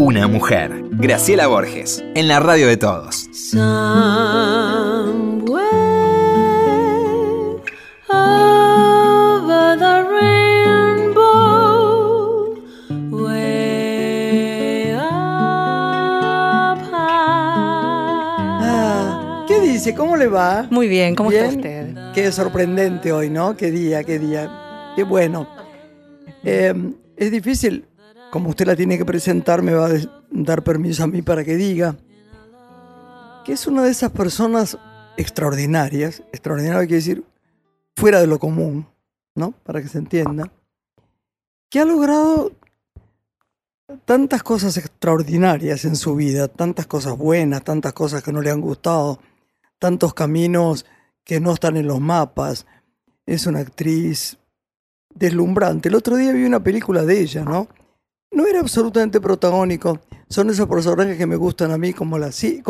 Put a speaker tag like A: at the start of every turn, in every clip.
A: Una mujer. Graciela Borges, en la radio de todos.
B: Somewhere over the rainbow, way up high.
C: ¿Qué dice? ¿Cómo le va?
D: Muy bien, ¿cómo
C: ¿Bien?
D: está usted?
C: Qué sorprendente hoy, ¿no? Qué día. Qué bueno. Es difícil, como usted la tiene que presentar, me va a dar permiso a mí para que diga que es una de esas personas extraordinarias quiere decir fuera de lo común, ¿no? Para que se entienda, que ha logrado tantas cosas extraordinarias en su vida, tantas cosas buenas, tantas cosas que no le han gustado, tantos caminos que no están en los mapas. Es una actriz deslumbrante. El otro día vi una película de ella, ¿no? No era absolutamente protagónico. Son esos personajes que me gustan a mí, como la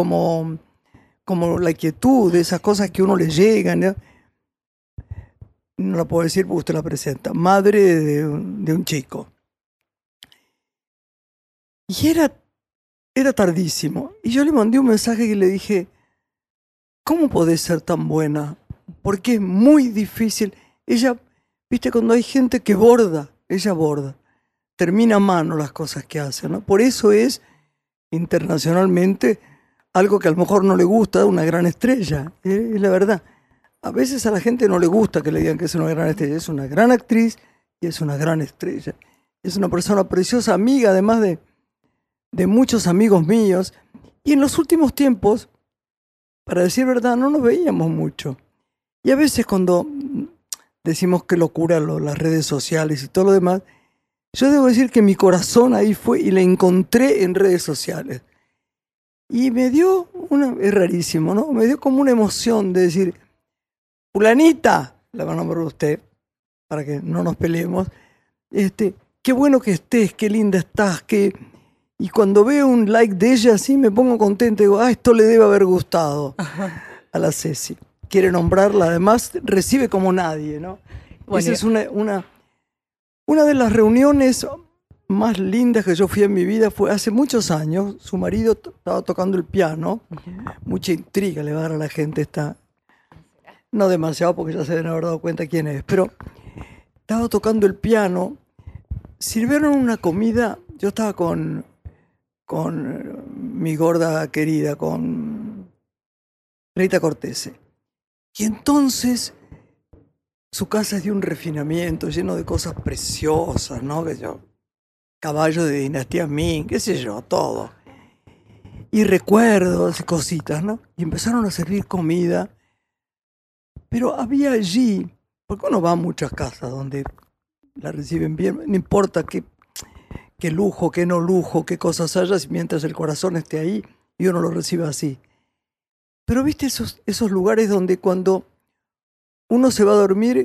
C: quietud, esas cosas que a uno le llegan, ¿no? No la puedo decir porque usted la presenta. Madre de un chico. Y era tardísimo. Y yo le mandé un mensaje y le dije, ¿cómo podés ser tan buena? Porque es muy difícil. Ella, viste, cuando hay gente que borda, ella borda. Termina a mano las cosas que hace, ¿no? Por eso es internacionalmente algo que a lo mejor no le gusta, una gran estrella. Es la verdad. A veces a la gente no le gusta que le digan que es una gran estrella. Es una gran actriz y es una gran estrella. Es una persona preciosa, amiga, además de muchos amigos míos. Y en los últimos tiempos, para decir verdad, no nos veíamos mucho. Y a veces cuando decimos qué locura las redes sociales y todo lo demás, yo debo decir que mi corazón ahí fue y la encontré en redes sociales. Y me dio es rarísimo, ¿no? Me dio como una emoción de decir, fulanita, la va a nombrar usted, para que no nos peleemos, qué bueno que estés, qué linda estás, y cuando veo un like de ella así me pongo contento, digo, esto le debe haber gustado a la Ceci. Quiere nombrarla, además recibe como nadie, ¿no? Bueno, esa es una de las reuniones más lindas que yo fui en mi vida. Fue hace muchos años. Su marido estaba tocando el piano. Mucha intriga le va a dar a la gente no demasiado porque ya se deben haber dado cuenta quién es, pero estaba tocando el piano. Sirvieron una comida. Yo estaba con mi gorda querida, con Rita Cortese. Y entonces su casa es de un refinamiento lleno de cosas preciosas, ¿no? Caballo de dinastía Ming, qué sé yo, todo. Y recuerdos y cositas, ¿no? Y empezaron a servir comida. Pero había allí, porque uno va a muchas casas donde la reciben bien, no importa qué lujo, qué no lujo, qué cosas haya, mientras el corazón esté ahí y uno lo recibe así. Pero viste esos lugares donde cuando uno se va a dormir,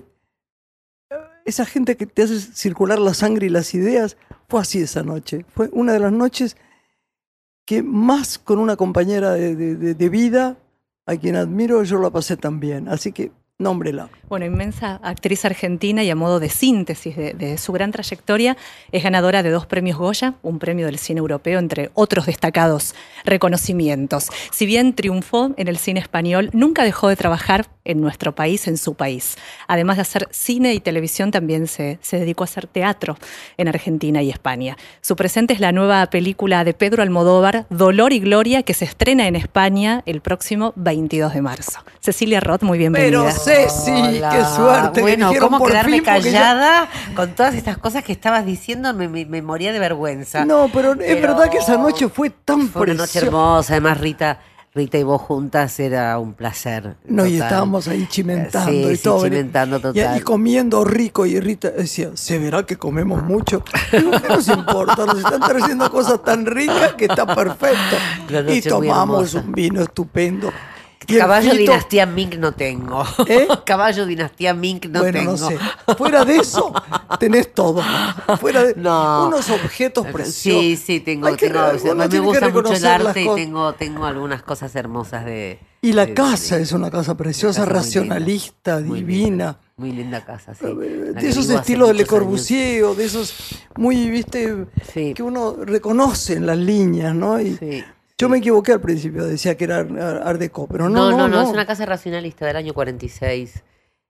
C: esa gente que te hace circular la sangre y las ideas, fue así esa noche. Fue una de las noches que más con una compañera de vida, a quien admiro, yo la pasé tan bien. Así que nómbrela.
D: Bueno, inmensa actriz argentina y a modo de síntesis de su gran trayectoria, es ganadora de 2 premios Goya, un premio del cine europeo, entre otros destacados reconocimientos. Si bien triunfó en el cine español, nunca dejó de trabajar en nuestro país, en su país. Además de hacer cine y televisión, también se dedicó a hacer teatro en Argentina y España. Su presente es la nueva película de Pedro Almodóvar, Dolor y Gloria, que se estrena en España el próximo 22 de marzo. Cecilia Roth, muy bienvenida.
C: Pero Ceci,
E: Hola.
C: qué suerte.
E: Bueno,
C: que
E: ¿cómo
C: por
E: quedarme
C: fin,
E: callada con todas estas cosas que estabas diciendo? Me moría de vergüenza.
C: No, pero es verdad que esa noche fue tan
E: Fue una noche hermosa. Además, Rita y vos juntas era un placer.
C: No,
E: total.
C: y estábamos ahí chimentando
E: Sí,
C: y todo.
E: chimentando total.
C: Y comiendo rico. Y Rita decía, ¿se verá que comemos mucho? Digo, ¿qué nos importa? Nos están trayendo cosas tan ricas que está perfecto. Y tomamos un vino estupendo.
E: Caballo Dinastía Mink no tengo. Caballo Dinastía Mink no tengo.
C: No sé. Fuera de eso, tenés todo. Fuera de unos objetos preciosos.
E: Sí, tengo. Me gusta mucho el arte y tengo algunas cosas hermosas de
C: Y la casa es una casa preciosa,
E: Una casa muy
C: racionalista,
E: linda, muy
C: divina.
E: Muy linda casa, sí.
C: De esos estilos de Le Corbusier, o de esos muy, viste,
E: Sí.
C: que uno reconoce en las líneas, ¿no? Y
E: Sí.
C: yo me equivoqué al principio, decía que era Art Deco, pero no.
E: Es una casa racionalista del año 46.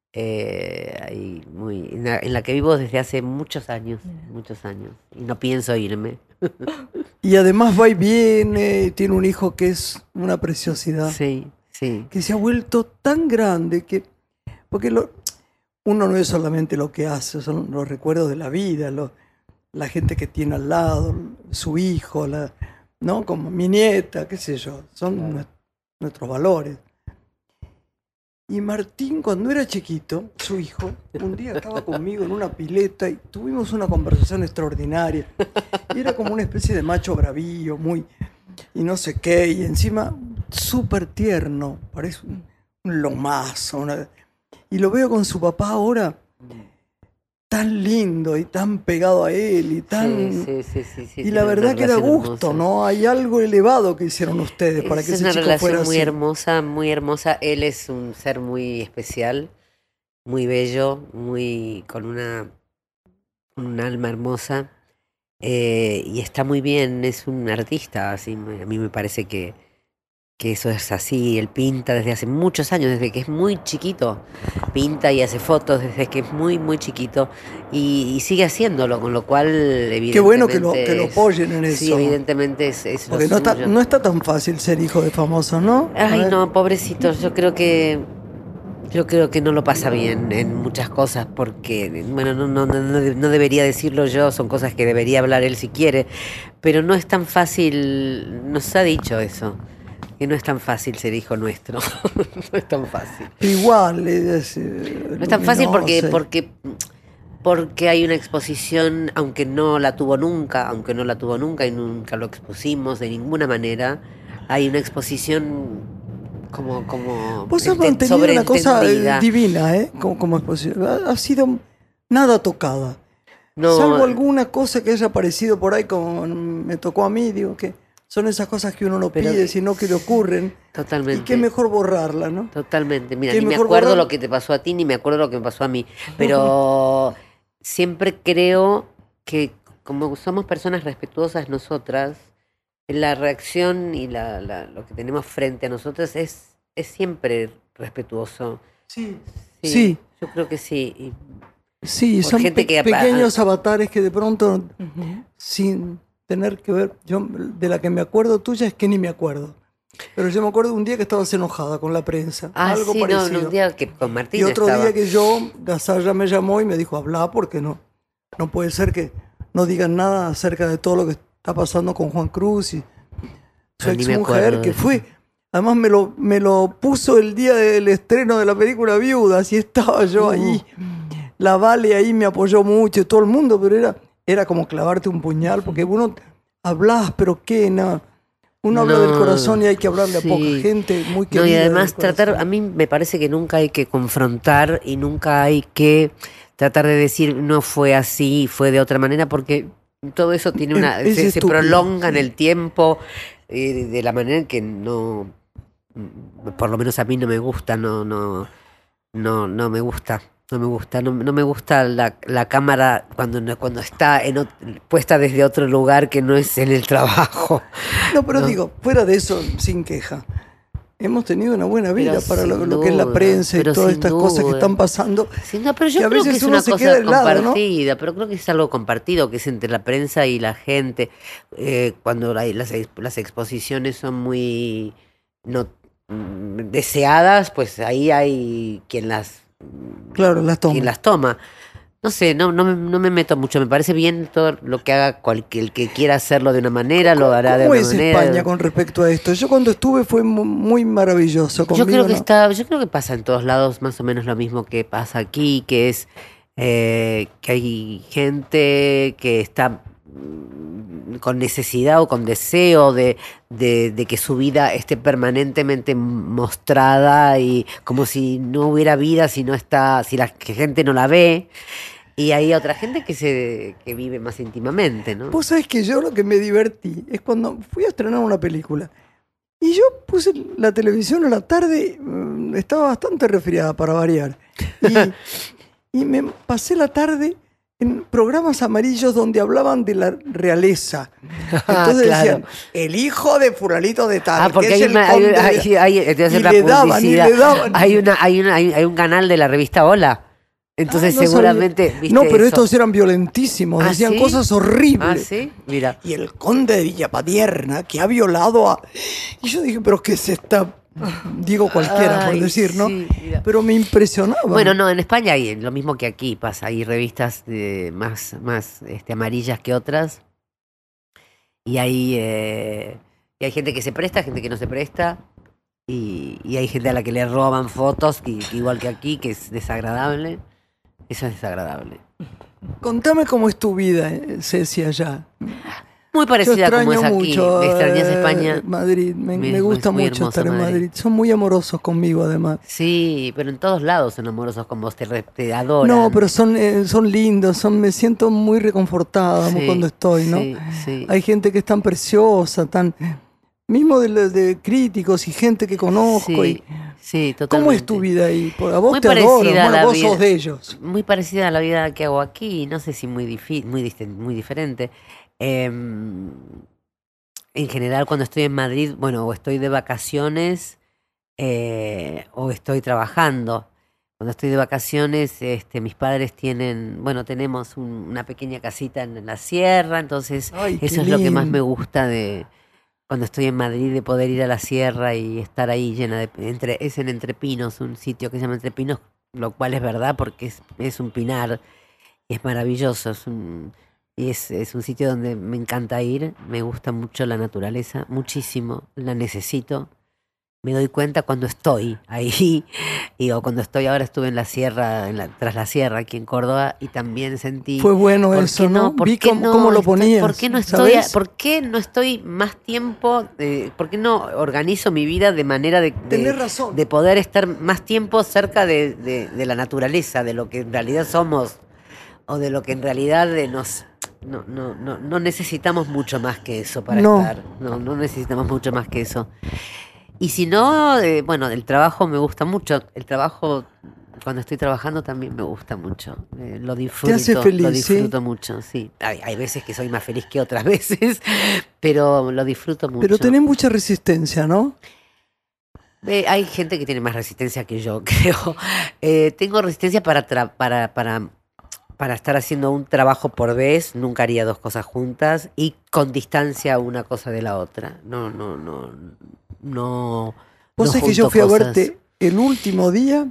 E: Ahí en la que vivo desde hace muchos años. Y no pienso irme.
C: Y además va y viene, tiene un hijo que es una preciosidad.
E: Sí, sí.
C: Que se ha vuelto tan grande que... Porque uno no es solamente lo que hace, son los recuerdos de la vida, la gente que tiene al lado, su hijo, ¿no? Como mi nieta, qué sé yo, son nuestros valores. Y Martín, cuando era chiquito, su hijo, un día estaba conmigo en una pileta y tuvimos una conversación extraordinaria. Y era como una especie de macho bravío, y no sé qué, y encima súper tierno, parece un lomazo. Y lo veo con su papá ahora, tan lindo y tan pegado a él y tan...
E: Sí,
C: y la verdad que da gusto, ¿no? Hay algo elevado que hicieron ustedes para que ese chico fuera así.
E: Es una relación muy hermosa. Él es un ser muy especial, muy bello, con un alma hermosa, y está muy bien, es un artista, así, a mí me parece que eso es así. Él pinta desde hace muchos años, desde que es muy chiquito. Pinta y hace fotos desde que es muy, muy chiquito. Y sigue haciéndolo, con lo cual, evidentemente...
C: Qué bueno que lo apoyen en eso.
E: Sí, evidentemente es
C: porque no está tan fácil ser hijo de famosos, ¿no?
E: Ay, no, pobrecito. Yo creo que no lo pasa bien en muchas cosas, porque, bueno, no debería decirlo yo, son cosas que debería hablar él si quiere, pero no es tan fácil, nos ha dicho eso. Que no es tan fácil ser hijo nuestro. No es tan fácil.
C: Igual.
E: No es tan fácil porque hay una exposición, aunque no la tuvo nunca y nunca lo expusimos de ninguna manera, hay una exposición como
C: vos has mantenido una cosa divina, como exposición. Ha sido nada tocada. No, salvo alguna cosa que haya aparecido por ahí, como me tocó a mí, digo que... Son esas cosas que uno no pide, sino que le ocurren.
E: Totalmente.
C: Y qué mejor borrarla, ¿no?
E: Totalmente. Mira, ni me acuerdo lo que te pasó a ti, ni me acuerdo lo que me pasó a mí. Pero siempre creo que como somos personas respetuosas nosotras, la reacción y lo que tenemos frente a nosotras es siempre respetuoso.
C: Sí.
E: Yo creo que sí.
C: Sí, son pequeños avatares que de pronto, sin... tener que ver, yo de la que me acuerdo tuya es que ni me acuerdo. Pero yo me acuerdo un día que estabas enojada con la prensa. Algo parecido.
E: Un día que con Martín
C: y otro día que Gasalla me llamó y me dijo, habla porque no puede ser que no digan nada acerca de todo lo que está pasando con Juan Cruz y su exmujer, que fue, además me lo puso el día del estreno de la película Viudas y estaba yo ahí. La Vale ahí me apoyó mucho, todo el mundo, pero era como clavarte un puñal, porque uno hablas, pero qué, no. Uno habla del corazón y hay que hablarle a poca gente muy querida.
E: No, y además a mí me parece que nunca hay que confrontar y nunca hay que tratar de decir no fue así, fue de otra manera, porque todo eso tiene se prolonga en el tiempo de la manera en que no, por lo menos a mí no me gusta, no me gusta. No me gusta la cámara cuando está puesta desde otro lugar que no es en el trabajo.
C: No, pero digo, fuera de eso, sin queja. Hemos tenido una buena vida para lo que es la prensa y todas estas cosas que están pasando.
E: Sí, no, pero yo creo que es una cosa compartida, ¿no? Pero creo que es algo compartido, que es entre la prensa y la gente. Cuando las exposiciones son muy deseadas, pues ahí hay quien las toma. No sé, no me meto mucho. Me parece bien todo lo que haga el que quiera hacerlo de una manera, lo hará de una manera. ¿Cómo es
C: España con respecto a esto? Yo cuando estuve fue muy maravilloso. Conmigo,
E: yo creo que pasa en todos lados más o menos lo mismo que pasa aquí, que es que hay gente que está con necesidad o con deseo de que su vida esté permanentemente mostrada y como si no hubiera vida si la gente no la ve, y hay otra gente que vive más íntimamente, ¿no?
C: Vos sabés que yo lo que me divertí es cuando fui a estrenar una película Y yo puse la televisión a la tarde, estaba bastante resfriada para variar. Y me pasé la tarde en programas amarillos donde hablaban de la realeza. Entonces decían, el hijo de fulanito de tal,
E: porque
C: que es
E: hay un canal de la revista Hola. Entonces
C: no
E: seguramente
C: sabía.
E: viste
C: No, pero
E: eso.
C: estos eran violentísimos, decían
E: ¿sí?
C: cosas horribles.
E: ¿Sí? Mira.
C: Y el conde de Villapadierna, que ha violado a... Y yo dije, pero ¿qué es esta? Digo cualquiera, por decir, ¿no?
E: Sí,
C: pero me impresionaba.
E: Bueno, no, en España hay lo mismo que aquí pasa. Hay revistas más amarillas que otras. Y hay gente que se presta, gente que no se presta. Y hay gente a la que le roban fotos, que igual que aquí, que es desagradable. Eso es desagradable.
C: Contame cómo es tu vida, Ceci, allá.
E: Muy parecida como es aquí.
C: Mucho,
E: ¿Me extrañas España?
C: Madrid, me gusta mucho estar en Madrid. Son muy amorosos conmigo, además.
E: Sí, pero en todos lados son amorosos con vos, te adoran.
C: No, pero son lindos, me siento muy reconfortada cuando estoy, ¿no?
E: Sí.
C: Hay gente que es tan preciosa, mismo de críticos y gente que conozco.
E: Sí, totalmente.
C: ¿Cómo es tu vida ahí? A vos
E: muy
C: te adoran, vos
E: vida,
C: sos de ellos.
E: Muy parecida a la vida que hago aquí, no sé si muy diferente. En general, cuando estoy en Madrid, o estoy de vacaciones o estoy trabajando. Cuando estoy de vacaciones, mis padres tenemos una pequeña casita en la sierra, entonces eso es lo que más me gusta de cuando estoy en Madrid, de poder ir a la sierra y estar ahí llena es en Entre Pinos, un sitio que se llama Entre Pinos, lo cual es verdad porque es un pinar y es maravilloso, es un sitio donde me encanta ir, me gusta mucho la naturaleza, muchísimo, la necesito. Me doy cuenta cuando estoy ahí, cuando ahora estuve en la sierra, tras la sierra aquí en Córdoba, y también sentí...
C: Fue bueno eso, ¿no? Vi cómo lo ponías.
E: ¿Por qué no estoy más tiempo, por qué no organizo mi vida de manera
C: Tenés razón.
E: de poder estar más tiempo cerca de la naturaleza, de lo que en realidad somos, o de lo que en realidad no necesitamos mucho más que eso para estar. No necesitamos mucho más que eso. Y si no, el trabajo me gusta mucho. El trabajo, cuando estoy trabajando, también me gusta mucho. Lo disfruto.
C: Te hace feliz,
E: lo disfruto mucho, sí. Hay veces que soy más feliz que otras veces, pero lo disfruto mucho.
C: Pero tenés mucha resistencia, ¿no?
E: Hay gente que tiene más resistencia que yo, creo. Tengo resistencia para estar haciendo un trabajo por vez. Nunca haría dos cosas juntas y con distancia una cosa de la otra. No.
C: Vos sabés que yo fui a verte el último día,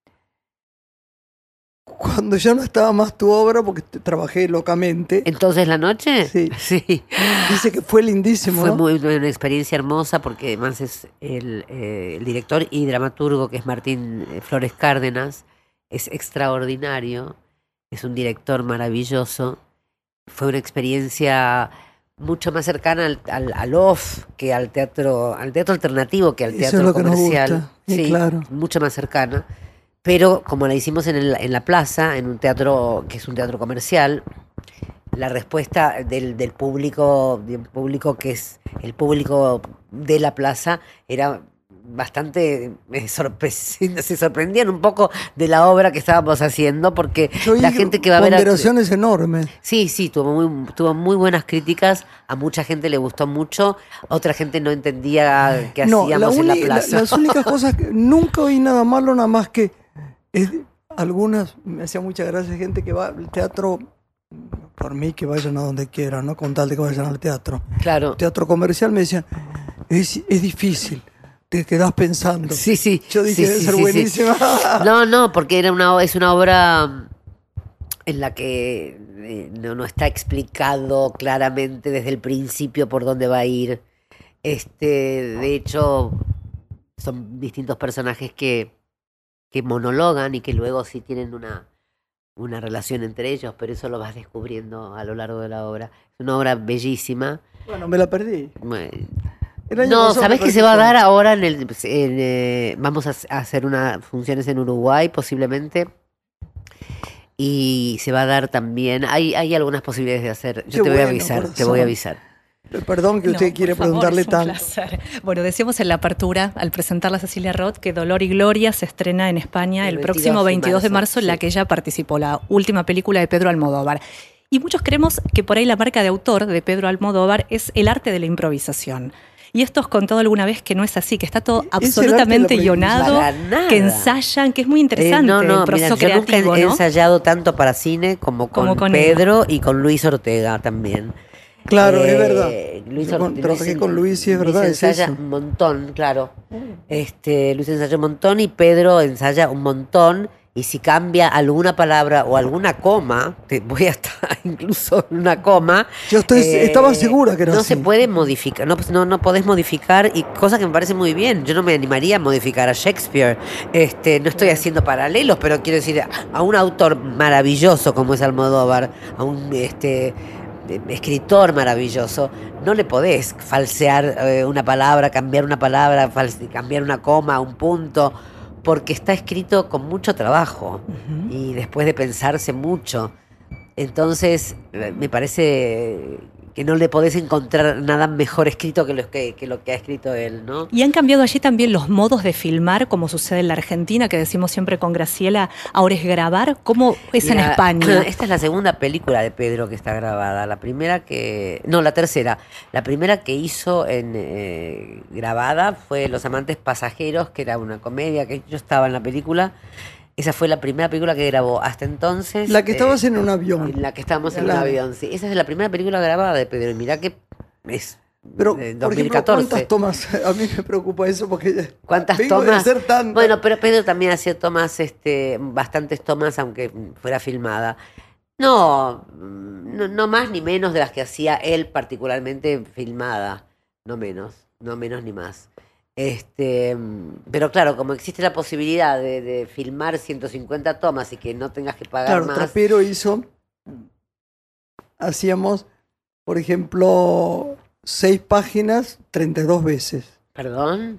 C: cuando ya no estaba más tu obra, porque trabajé locamente.
E: ¿Entonces la noche?
C: Sí. Dice que fue lindísimo.
E: Fue una experiencia hermosa, porque además es el director y dramaturgo, que es Martín Flores Cárdenas, es extraordinario, es un director maravilloso. Fue una experiencia mucho más cercana al off que al teatro alternativo, que al teatro
C: Eso es lo
E: comercial.
C: Que nos gusta. Sí, claro.
E: Mucho más cercana. Pero como la hicimos en la plaza, en un teatro que es un teatro comercial, la respuesta del público que es el público de la plaza era bastante se sorprendían un poco de la obra que estábamos haciendo, porque la gente que va a ver
C: ponderaciones enormes.
E: Sí, tuvo muy buenas críticas, a mucha gente le gustó mucho, otra gente no entendía qué hacíamos en la plaza.
C: Las únicas cosas que nunca oí nada malo, nada más que algunas, me hacía mucha gracia gente que va al teatro, por mí que vayan a donde quieran, no con tal de que vayan al teatro.
E: Claro.
C: Teatro comercial, me decían, es difícil. Te quedás pensando.
E: Sí.
C: Yo dije, debe ser buenísima.
E: Sí. No, porque es una obra en la que no está explicado claramente desde el principio por dónde va a ir. De hecho, son distintos personajes que monologan y que luego sí tienen una relación entre ellos, pero eso lo vas descubriendo a lo largo de la obra. Es una obra bellísima.
C: Bueno, me la perdí.
E: ¿Sabés que se va a dar ahora vamos a hacer unas funciones en Uruguay posiblemente? Y se va a dar también, hay algunas posibilidades de hacer, te voy a avisar.
C: Perdón que usted quiere
D: por favor,
C: preguntarle
D: es un
C: tanto.
D: placer. Bueno, decíamos en la apertura, al presentarla a Cecilia Roth, que Dolor y Gloria se estrena en España el próximo 22 de marzo, en la que ella participó, la última película de Pedro Almodóvar. Y muchos creemos que por ahí la marca de autor de Pedro Almodóvar es el arte de la improvisación. Y esto os contado alguna vez que no es así, que está todo absolutamente guionado, que ensayan, que es muy interesante el proceso creativo,
E: yo nunca he
D: ¿no?
E: ensayado tanto para cine como con Pedro y con Luis Ortega también.
C: Claro, es verdad. Trabajé con Luis y es verdad.
E: Luis ensaya un montón, claro. Luis ensaya un montón y Pedro ensaya un montón. Y si cambia alguna palabra o alguna coma, voy hasta incluso una coma.
C: Yo estaba segura que era
E: no
C: así.
E: No se puede modificar, no podés modificar, y cosa que me parece muy bien. Yo no me animaría a modificar a Shakespeare. No estoy haciendo paralelos, pero quiero decir, a un autor maravilloso como es Almodóvar, a un escritor maravilloso, no le podés falsear una palabra, cambiar una palabra, cambiar una coma, un punto, porque está escrito con mucho trabajo y después de pensarse mucho. Entonces, me parece que no le podés encontrar nada mejor escrito que lo que ha escrito él, ¿no?
D: Y han cambiado allí también los modos de filmar, como sucede en la Argentina, que decimos siempre con Graciela, ahora es grabar. ¿Cómo es en España?
E: Esta es la segunda película de Pedro que está grabada. La tercera. La primera que hizo grabada fue Los amantes pasajeros, que era una comedia, que yo estaba en la película. Esa fue la primera película que grabó hasta entonces.
C: La que estabas en un avión.
E: La que estábamos en un avión, sí. Esa es la primera película grabada de Pedro. Y mirá que es
C: pero,
E: 2014.
C: por ejemplo, ¿cuántas tomas? A mí me preocupa eso porque
E: ¿cuántas tomas? Bueno, pero Pedro también hacía tomas, bastantes tomas, aunque fuera filmada. No más ni menos de las que hacía él particularmente filmada. No menos ni más. Pero claro, como existe la posibilidad de filmar 150 tomas y que no tengas que pagar más.
C: Claro, Trapero hacíamos, por ejemplo, 6 páginas 32 veces.
E: ¿Perdón?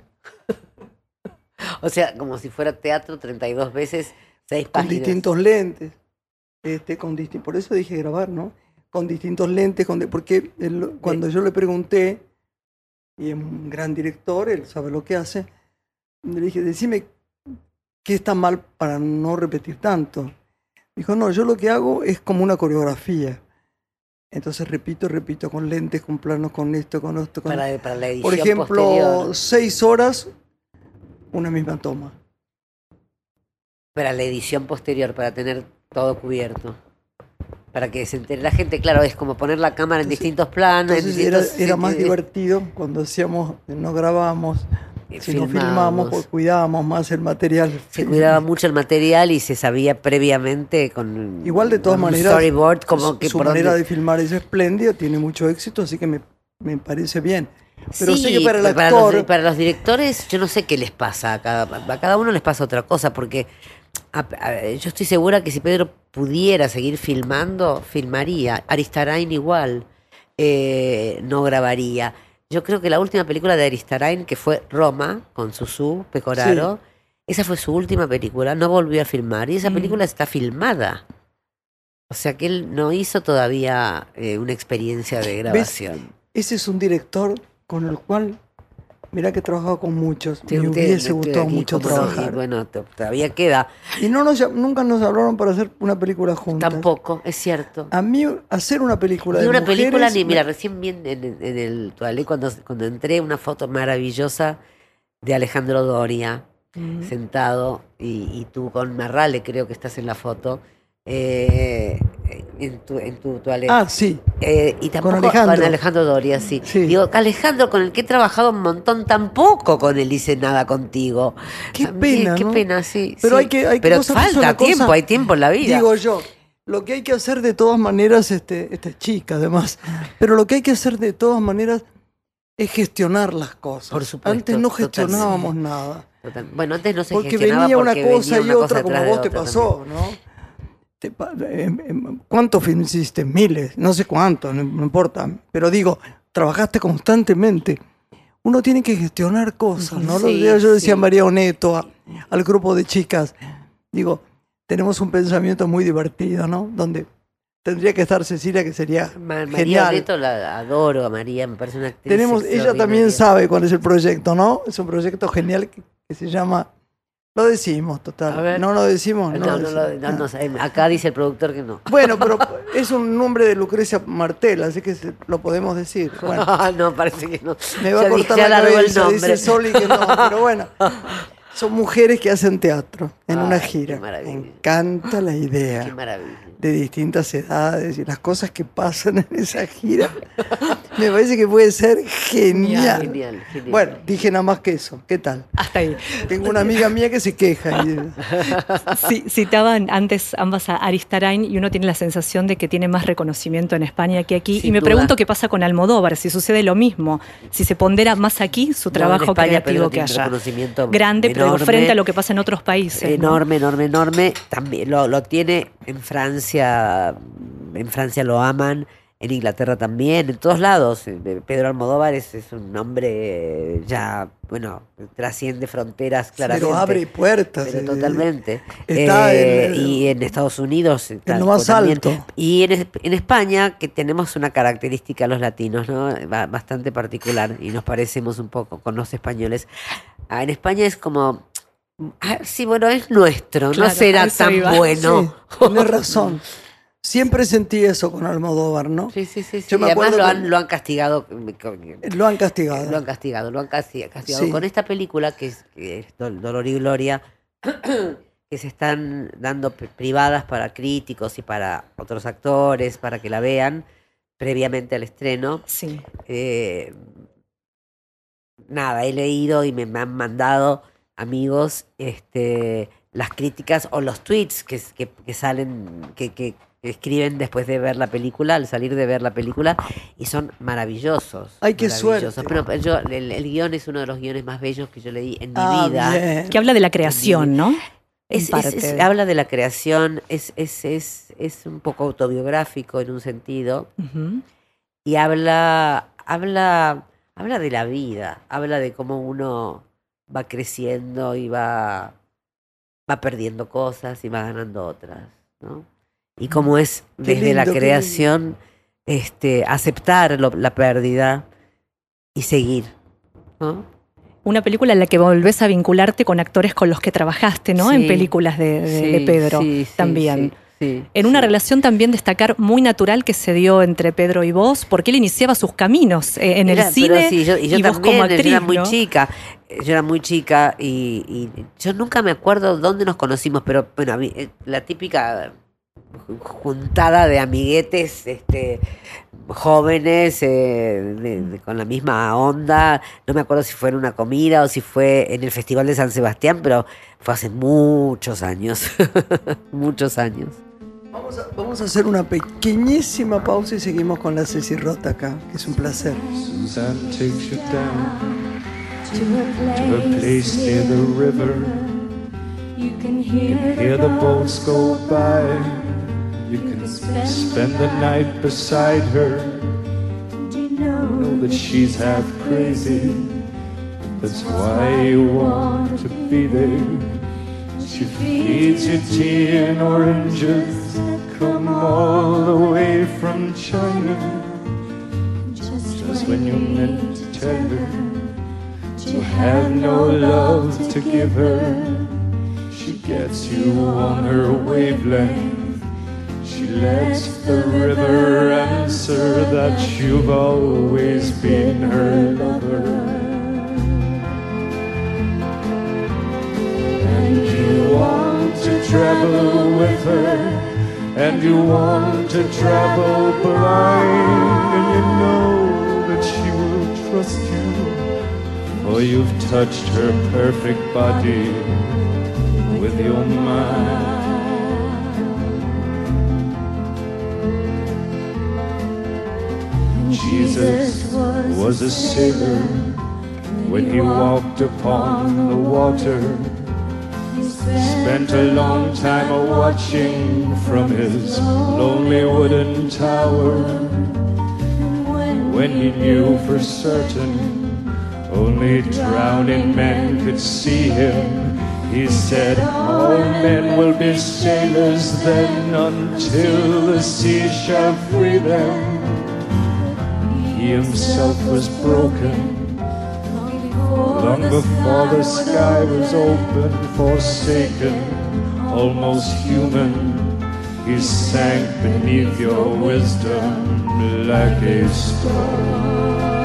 E: O sea, como si fuera teatro 32 veces, 6 páginas.
C: Con distintos lentes. Por eso dije grabar, ¿no? Con distintos lentes, porque cuando yo le pregunté, y es un gran director, él sabe lo que hace, le dije, decime qué está mal para no repetir tanto. Dijo, no, yo lo que hago es como una coreografía. Entonces repito, con lentes, con planos, con esto, con esto.
E: Para la edición
C: por ejemplo,
E: posterior.
C: 6 horas, una misma toma.
E: Para la edición posterior, para tener todo cubierto. Para que se entere la gente, claro, es como poner la cámara en distintos planos.
C: Era más divertido cuando no grabábamos, sino filmábamos, porque cuidábamos más el material.
E: Se cuidaba mucho el material y se sabía previamente
C: igual de todas maneras,
E: storyboard, como que
C: su manera de filmar es espléndida, tiene mucho éxito, así que me parece bien. Pero
E: sí,
C: sé que para el actor...
E: para los directores, yo no sé qué les pasa, a cada uno les pasa otra cosa, porque yo estoy segura que si Pedro pudiera seguir filmando, filmaría. Aristarain igual, no grabaría. Yo creo que la última película de Aristarain, que fue Roma, con Susú Pecoraro, esa fue su última película, no volvió a filmar, y esa película está filmada. O sea que él no hizo todavía una experiencia de grabación.
C: ¿Ves? Ese es un director con el cual... Mirá que he trabajado con muchos, me hubiese gustado mucho trabajar.
E: Bueno, todavía queda.
C: Y nunca nos hablaron para hacer una película juntas.
E: Tampoco, es cierto.
C: A mí, hacer una película de mujeres...
E: película, mira, recién vi en el toilet cuando entré, una foto maravillosa de Alejandro Doria, sentado, y tú con Marrale, creo que estás en la foto, en tu toilet.
C: Ah, sí.
E: Y tampoco con Alejandro Doria, sí. Digo, Alejandro, con el que he trabajado un montón, tampoco con él hice nada contigo.
C: Qué pena,
E: qué
C: ¿no?
E: pena, sí.
C: Pero
E: sí.
C: pero
E: falta tiempo, hay tiempo en la vida.
C: Digo yo, lo que hay que hacer de todas maneras, esta es chica además, pero lo que hay que hacer de todas maneras es gestionar las cosas.
E: Por supuesto.
C: Antes no gestionábamos nada.
E: Bueno, antes no se
C: porque
E: gestionaba
C: venía una
E: porque
C: cosa
E: venía
C: y
E: una
C: otra,
E: cosa
C: como
E: atrás
C: vos
E: de
C: te
E: otra
C: pasó, ¿no? ¿Cuántos films hiciste? Miles, no sé cuántos, no importa. Pero digo, trabajaste constantemente. Uno tiene que gestionar cosas, ¿no?
E: Sí,
C: yo decía a María Oneto, al grupo de chicas, digo, tenemos un pensamiento muy divertido, ¿no? Donde tendría que estar Cecilia, que sería
E: María
C: genial.
E: Orneto la adoro, a María, me parece una actriz.
C: Ella también sabe cuál es el proyecto, ¿no? Es un proyecto genial que se llama... Lo decimos, total.
E: A ver.
C: No lo decimos.
E: No, acá dice el productor que no.
C: Bueno, pero es un nombre de Lucrecia Martel, así que lo podemos decir. Bueno,
E: No, parece que no.
C: me va a cortar la cabeza, dice Soli que no, pero bueno. Son mujeres que hacen teatro en una gira.
E: Qué maravilla.
C: Me encanta la idea.
E: Qué maravilla.
C: De distintas edades y las cosas que pasan en esa gira. Me parece que puede ser genial.
E: Genial.
C: Bueno, dije nada más que eso. ¿Qué tal?
D: Hasta ahí.
C: Tengo una amiga mía que se queja.
D: Sí, citaban antes ambas a Aristarain y uno tiene la sensación de que tiene más reconocimiento en España que aquí.
E: Sin
D: y me
E: duda.
D: pregunto qué pasa con Almodóvar, si sucede lo mismo, si se pondera más aquí su trabajo
E: en España,
D: creativo
E: pero
D: que
E: tiene un
D: allá.
E: reconocimiento
D: Grande, pero
E: enorme.
D: frente a lo que pasa en otros países. ¿no?
E: Enorme. También lo tiene en Francia. En Francia lo aman, en Inglaterra también, en todos lados. Pedro Almodóvar es un hombre ya, bueno, trasciende fronteras claramente.
C: Pero abre puertas.
E: Pero totalmente.
C: Está
E: y en Estados Unidos.
C: En lo más alto.
E: Y en España, que tenemos una característica los latinos, ¿no? Bastante particular, y nos parecemos un poco con los españoles. En España es como... sí, bueno, es nuestro,
D: Claro,
E: no será
D: a eso
E: tan
D: iba.
E: bueno.
C: Sí, tenés razón. Siempre sentí eso con Almodóvar, ¿no?
E: Sí.
C: Yo me
E: Además
C: acuerdo
E: lo han castigado.
C: Lo han castigado.
E: Lo han castigado
C: Sí.
E: con esta película que es Dolor y Gloria, que se están dando privadas para críticos y para otros actores, para que la vean previamente al estreno.
D: Sí.
E: Nada, he leído y me han mandado amigos las críticas o los tweets que salen, que escriben después de ver la película, al salir de ver la película, y son maravillosos.
C: Ay, qué
E: maravillosos.
C: suerte.
E: Pero el guión es uno de los guiones más bellos que yo leí en mi vida.
C: Bien.
D: Que habla de la creación, ¿no? En
E: Habla de la creación, es un poco autobiográfico en un sentido,
D: Ujú.
E: y habla de la vida, habla de cómo uno va creciendo y va perdiendo cosas y va ganando otras, ¿no? Y cómo es
C: Qué
E: desde la
C: lindo, qué
E: creación aceptar la pérdida y seguir, ¿no?
D: Una película en la que volvés a vincularte con actores con los que trabajaste, ¿no?
E: Sí.
D: En películas de Pedro también.
E: Sí,
D: En una relación también destacar muy natural que se dio entre Pedro y vos, porque él iniciaba sus caminos en el cine
E: yo
D: y vos
E: también,
D: como actriz,
E: yo era muy
D: ¿no?
E: chica. Yo era muy chica y yo nunca me acuerdo dónde nos conocimos, pero bueno, la típica juntada de amiguetes jóvenes con la misma onda. No me acuerdo si fue en una comida o si fue en el Festival de San Sebastián, pero fue hace muchos años. Muchos años.
C: Vamos a hacer una pequeñísima pausa y seguimos con la Ceci Rota acá, que es un placer.
B: Suzanne takes you down to a place near the river.
F: You can
B: Hear the boats go by. You can spend the night beside her. Know that she's half crazy. That's why you want to be there. She feeds you tea and oranges. Come all the way from China. Just when you meant to tell her you have no love to give her, she gets you on her wavelength. She lets the river answer that you've always been her lover. And you want to travel with her, and you want to travel blind, and you know that she will trust you, for you've touched her perfect body with your mind. Jesus was a sailor when he walked upon the water. Spent a long time a-watching from his lonely wooden tower. When he knew for certain only drowning men could see him, He said, all men will be sailors then until the sea shall free them. He himself was broken long before the sky was open, forsaken, almost human. He sank beneath your wisdom like a stone.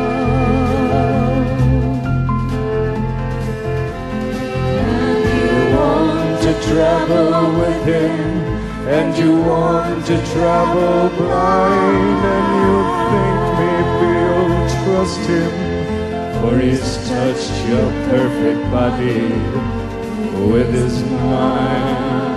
B: Travel with him, and you want to travel blind, and you think maybe you'll trust him, for he's touched your perfect body with his mind.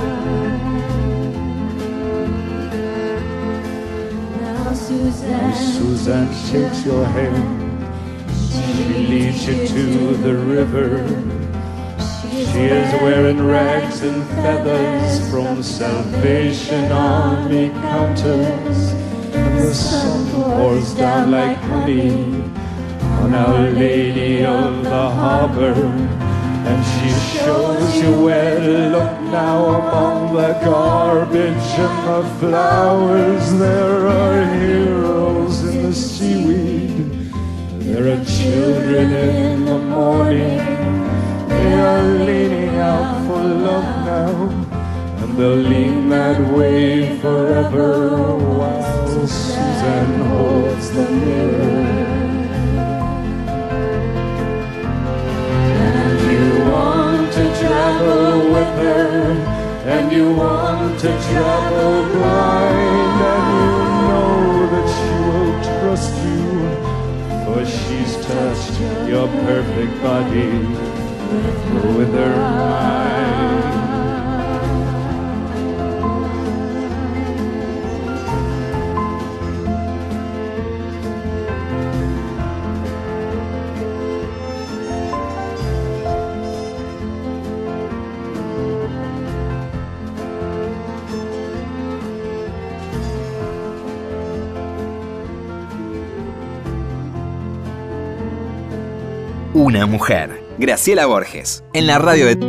B: Now Suzanne takes your hand, she leads you to the river. She is wearing rags and feathers from Salvation Army counters, and the sun pours down like honey on Our Lady of the Harbor, and she shows you where to look now among the garbage and the flowers. There are heroes in the seaweed, there are children in the morning. They are leaning out for love now, and they'll lean that way forever while Suzanne holds the mirror. And you want to travel with her, and you want to travel blind, and you know that she will trust you, for she's touched your perfect body with her mind.
A: Una mujer. Graciela Borges, en la radio de...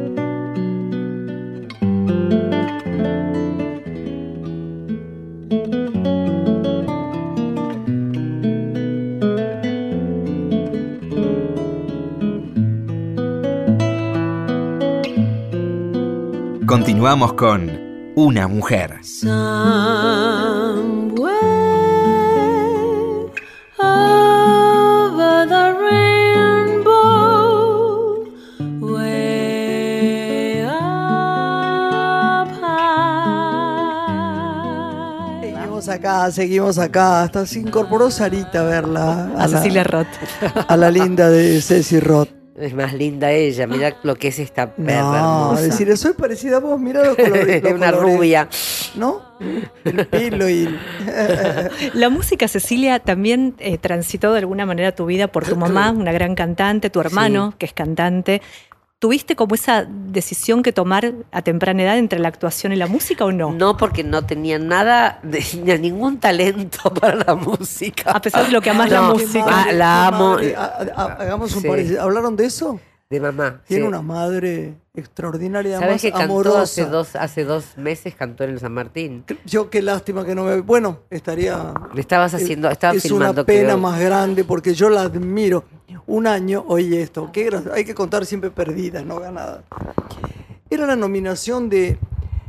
A: Continuamos con Una mujer.
C: Seguimos acá. Hasta se incorporó Sarita a verla.
D: A Cecilia Roth.
C: A la linda de Ceci Roth.
E: Es más linda ella, mira lo que es esta perra
C: no,
E: hermosa.
C: Decirle, soy parecida a vos, mira los colores.
E: Una rubia.
C: ¿No? El pelo y...
D: La música, Cecilia, también transitó de alguna manera tu vida por tu mamá, una gran cantante, tu hermano, que es cantante. ¿Tuviste como esa decisión que tomar a temprana edad entre la actuación y la música o no?
E: No, porque no tenía ningún talento para la música.
D: A pesar de lo que amás la música.
E: La amo.
C: Hagamos un paréntesis. ¿Hablaron de eso?
E: De mamá.
C: Tiene una madre extraordinaria,
E: ¿sabes que
C: amorosa.
E: cantó hace 2 meses cantó en el San Martín?
C: Yo qué lástima que no me... Bueno, estaría...
E: Estaba filmando.
C: Es una pena más grande porque yo la admiro. Un año, oye esto, hay que contar siempre perdidas, no ganadas. Era la nominación de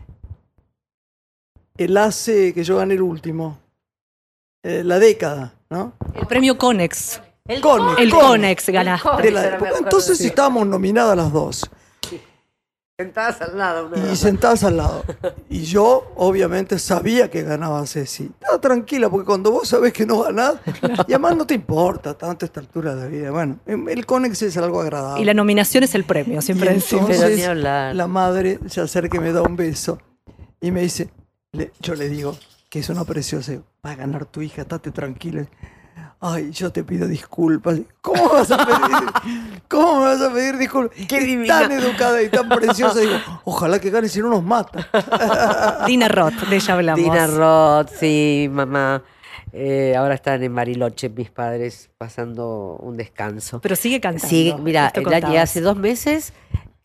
C: el ACE que yo gané el último, la década, ¿no?
D: El premio Conex.
C: El Conex
D: ganaste.
C: de la época. Entonces estábamos nominadas las dos.
E: Sentadas al lado.
C: Y sentadas al lado. Y yo, obviamente, sabía que ganaba Ceci. Estaba tranquila, porque cuando vos sabés que no ganás, y además no te importa tanto esta altura de vida. Bueno, el Conex es algo agradable.
D: Y la nominación es el premio, siempre decimos.
C: Entonces, la madre se acerca y me da un beso. Y me dice, yo le digo, que es una preciosa, va a ganar tu hija, estate tranquila. Ay, yo te pido disculpas. ¿Cómo me vas a pedir disculpas?
E: Qué divina.
C: Tan educada y tan preciosa. Digo, ojalá que gane, si no nos mata.
D: Dina Roth, de ella hablamos.
E: Dina Roth, sí, mamá. Ahora están en Bariloche mis padres pasando un descanso.
D: Pero sigue cantando.
E: Sí, mira, hace 2 meses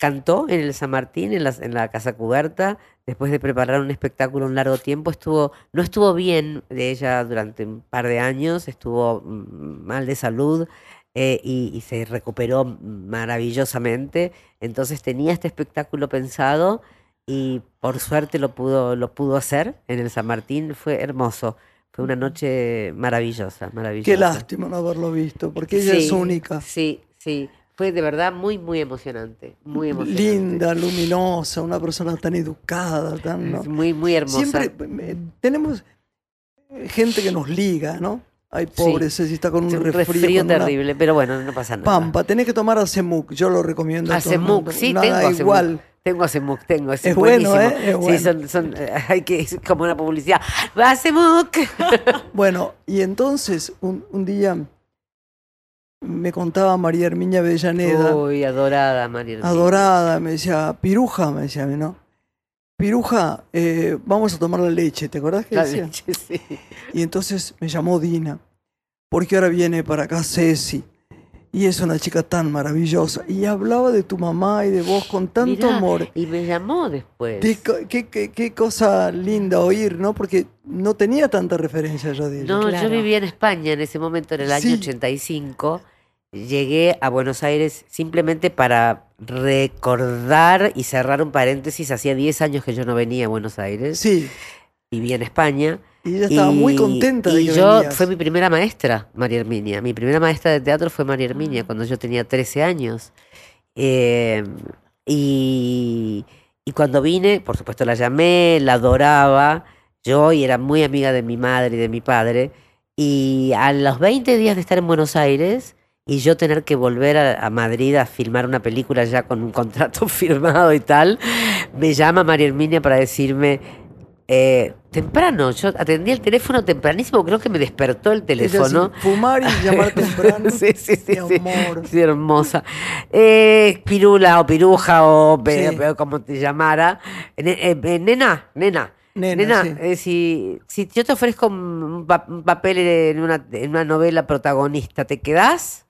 E: cantó en el San Martín, en la Casa Cubierta, después de preparar un espectáculo un largo tiempo. No estuvo bien de ella durante un par de años, estuvo mal de salud y se recuperó maravillosamente. Entonces tenía este espectáculo pensado y por suerte lo pudo hacer en el San Martín. Fue hermoso. Fue una noche maravillosa, maravillosa.
C: Qué lástima no haberlo visto, porque ella es única.
E: Sí, sí. Fue de verdad muy, muy emocionante. Muy emocionante.
C: Linda, luminosa, una persona tan educada, tan... ¿no?
E: Muy, muy hermosa.
C: Siempre tenemos gente que nos liga, ¿no? Ay, pobre, si está con un resfrío
E: terrible, pero bueno, no pasa nada.
C: Pampa, tenés que tomar Acemuc, yo lo recomiendo.
E: Acemuc, sí, tengo Acemuc. Tengo Acemuc,
C: es buenísimo. Bueno, es
E: bueno. Sí, hay que, es como una publicidad. ¡Acemuc!
C: Bueno, y entonces un día me contaba María Herminia Avellaneda.
E: Uy, adorada María Herminia.
C: Adorada, me decía, Piruja, me decía, ¿no? Piruja, vamos a tomar la leche, ¿te acordás que decía?
E: La leche, sí.
C: Y entonces me llamó Dina, porque ahora viene para acá Ceci. Y es una chica tan maravillosa. Y hablaba de tu mamá y de vos con tanto amor.
E: Y me llamó después.
C: Qué cosa linda oír, ¿no? Porque no tenía tanta referencia yo de ella.
E: No, claro. Yo vivía en España en ese momento, en el año 85. Llegué a Buenos Aires simplemente para recordar y cerrar un paréntesis. Hacía 10 años que yo no venía a Buenos Aires.
C: Sí.
E: Vivía en España.
C: Y ella estaba muy contenta de que venías.
E: Fue mi primera maestra, María Herminia. Mi primera maestra de teatro fue María Herminia, cuando yo tenía 13 años. Y cuando vine, por supuesto la llamé, la adoraba. Yo y era muy amiga de mi madre y de mi padre. Y a los 20 días de estar en Buenos Aires y yo tener que volver a Madrid a filmar una película ya con un contrato firmado y tal, me llama María Herminia para decirme... temprano, yo atendí el teléfono tempranísimo, creo que me despertó el teléfono.
C: Fumar y llamar temprano.
E: Sí,
C: amor.
E: Sí, hermosa. Pirula o Piruja o como te llamara. Nena, sí. Si yo te ofrezco un papel en una novela protagonista, ¿te quedás?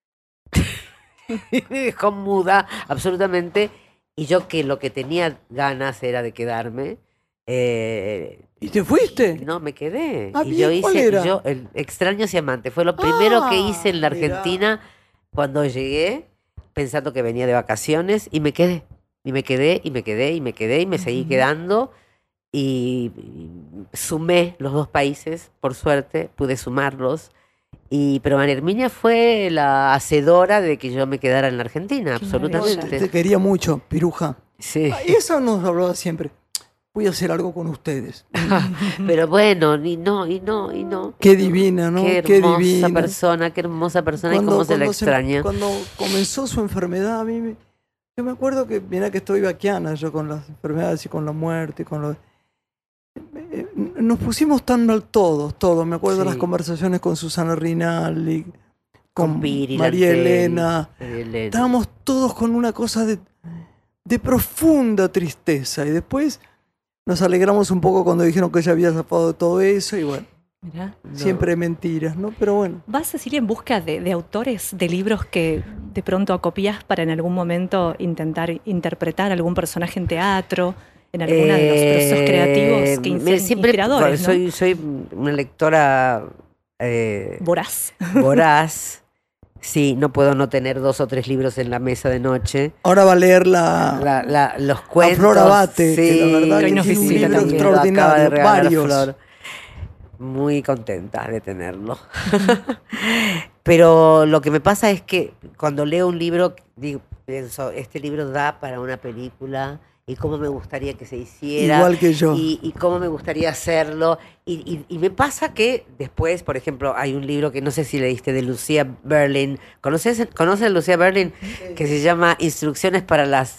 E: Me dejó muda, absolutamente. Y yo que lo que tenía ganas era de quedarme.
C: ¿Y te fuiste?
E: No, me quedé.
C: Ah,
E: y
C: bien, ¿cuál era?
E: el Extraños y Amantes. Fue lo primero que hice en la Argentina cuando llegué, pensando que venía de vacaciones, y me quedé. Y me quedé, y me seguí quedando. Y sumé los dos países, por suerte, pude sumarlos. Pero María Herminia fue la hacedora de que yo me quedara en la Argentina, absolutamente.
C: Te quería mucho, Piruja.
E: Sí.
C: Eso nos hablaba siempre. Voy a hacer algo con ustedes.
E: Pero bueno, y no.
C: Qué divina, ¿no?
E: Qué hermosa persona, y cómo se la extraña.
C: Cuando comenzó su enfermedad, yo me acuerdo que, mira que estoy vaquiana yo con las enfermedades y con la muerte, y con lo... nos pusimos tan mal todos. Me acuerdo de las conversaciones con Susana Rinaldi, con
E: Piri,
C: María Elena. Estábamos todos con una cosa de profunda tristeza. Y después nos alegramos un poco cuando dijeron que ella había zafado de todo eso. Y bueno, siempre mentiras, ¿no? Pero bueno.
D: ¿Vas a ir en busca de autores de libros que de pronto acopias para en algún momento intentar interpretar algún personaje en teatro? En alguna de los procesos creativos que inspiradores, ¿no?
E: Soy una lectora
D: voraz.
E: Sí, no puedo no tener 2 o 3 libros en la mesa de noche.
C: Ahora va a leer
E: los cuentos.
C: A Flor Abate,
E: sí,
C: que la verdad que
D: nos
C: tiene un
D: visita
C: libro
D: también.
C: extraordinario, varios.
E: Flor. Muy contenta de tenerlo. Pero lo que me pasa es que cuando leo un libro, pienso, este libro da para una película... y cómo me gustaría que se hiciera.
C: Igual que yo.
E: Y cómo me gustaría hacerlo. Y me pasa que después, por ejemplo, hay un libro que no sé si leíste de Lucía Berlin. ¿Conoces a Lucía Berlin? Que se llama Instrucciones para las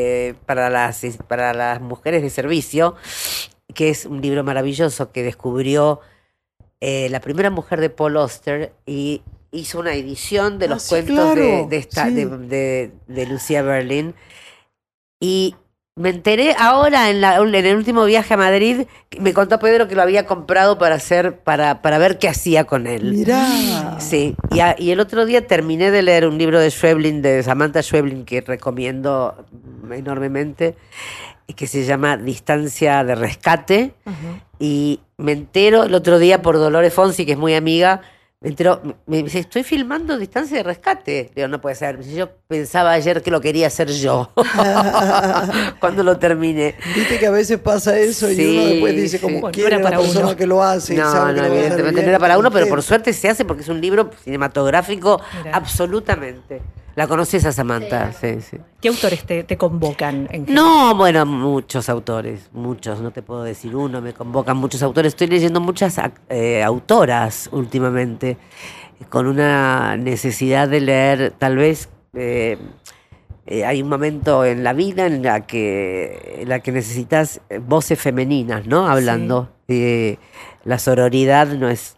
E: mujeres de servicio, que es un libro maravilloso que descubrió la primera mujer de Paul Auster y hizo una edición de los cuentos
C: claro.
E: de Lucía Berlin. Y me enteré ahora en el último viaje a Madrid, me contó Pedro que lo había comprado para ver qué hacía con él.
C: Mirá.
E: Sí, y el otro día terminé de leer un libro de Schweblin, de Samantha Schweblin, que recomiendo enormemente, que se llama Distancia de Rescate.
D: Ujú.
E: Y me entero el otro día por Dolores Fonsi, que es muy amiga, me dice, estoy filmando Distancia de Rescate. Digo, no puede ser. Yo pensaba ayer que lo quería hacer yo cuando lo terminé.
C: Viste que a veces pasa eso y
E: Sí,
C: uno después dice como
D: Bueno,
C: quiere
D: no era
C: la
D: para
C: persona
D: uno.
C: que lo hace. y
E: No,
C: sabe que
E: no,
C: lo va a hacer
E: evidentemente
C: bien,
E: no era para uno, pero
C: contento.
E: por suerte se hace porque es un libro cinematográfico,
D: Mira.
E: absolutamente. ¿La conoces a Samantha? Sí, sí.
D: ¿Qué autores te convocan? En general?
E: No, bueno, muchos autores, muchos, no te puedo decir uno, me convocan muchos autores. Estoy leyendo muchas autoras últimamente, con una necesidad de leer, tal vez hay un momento en la vida en la que necesitas voces femeninas, ¿no? Hablando. La sororidad no es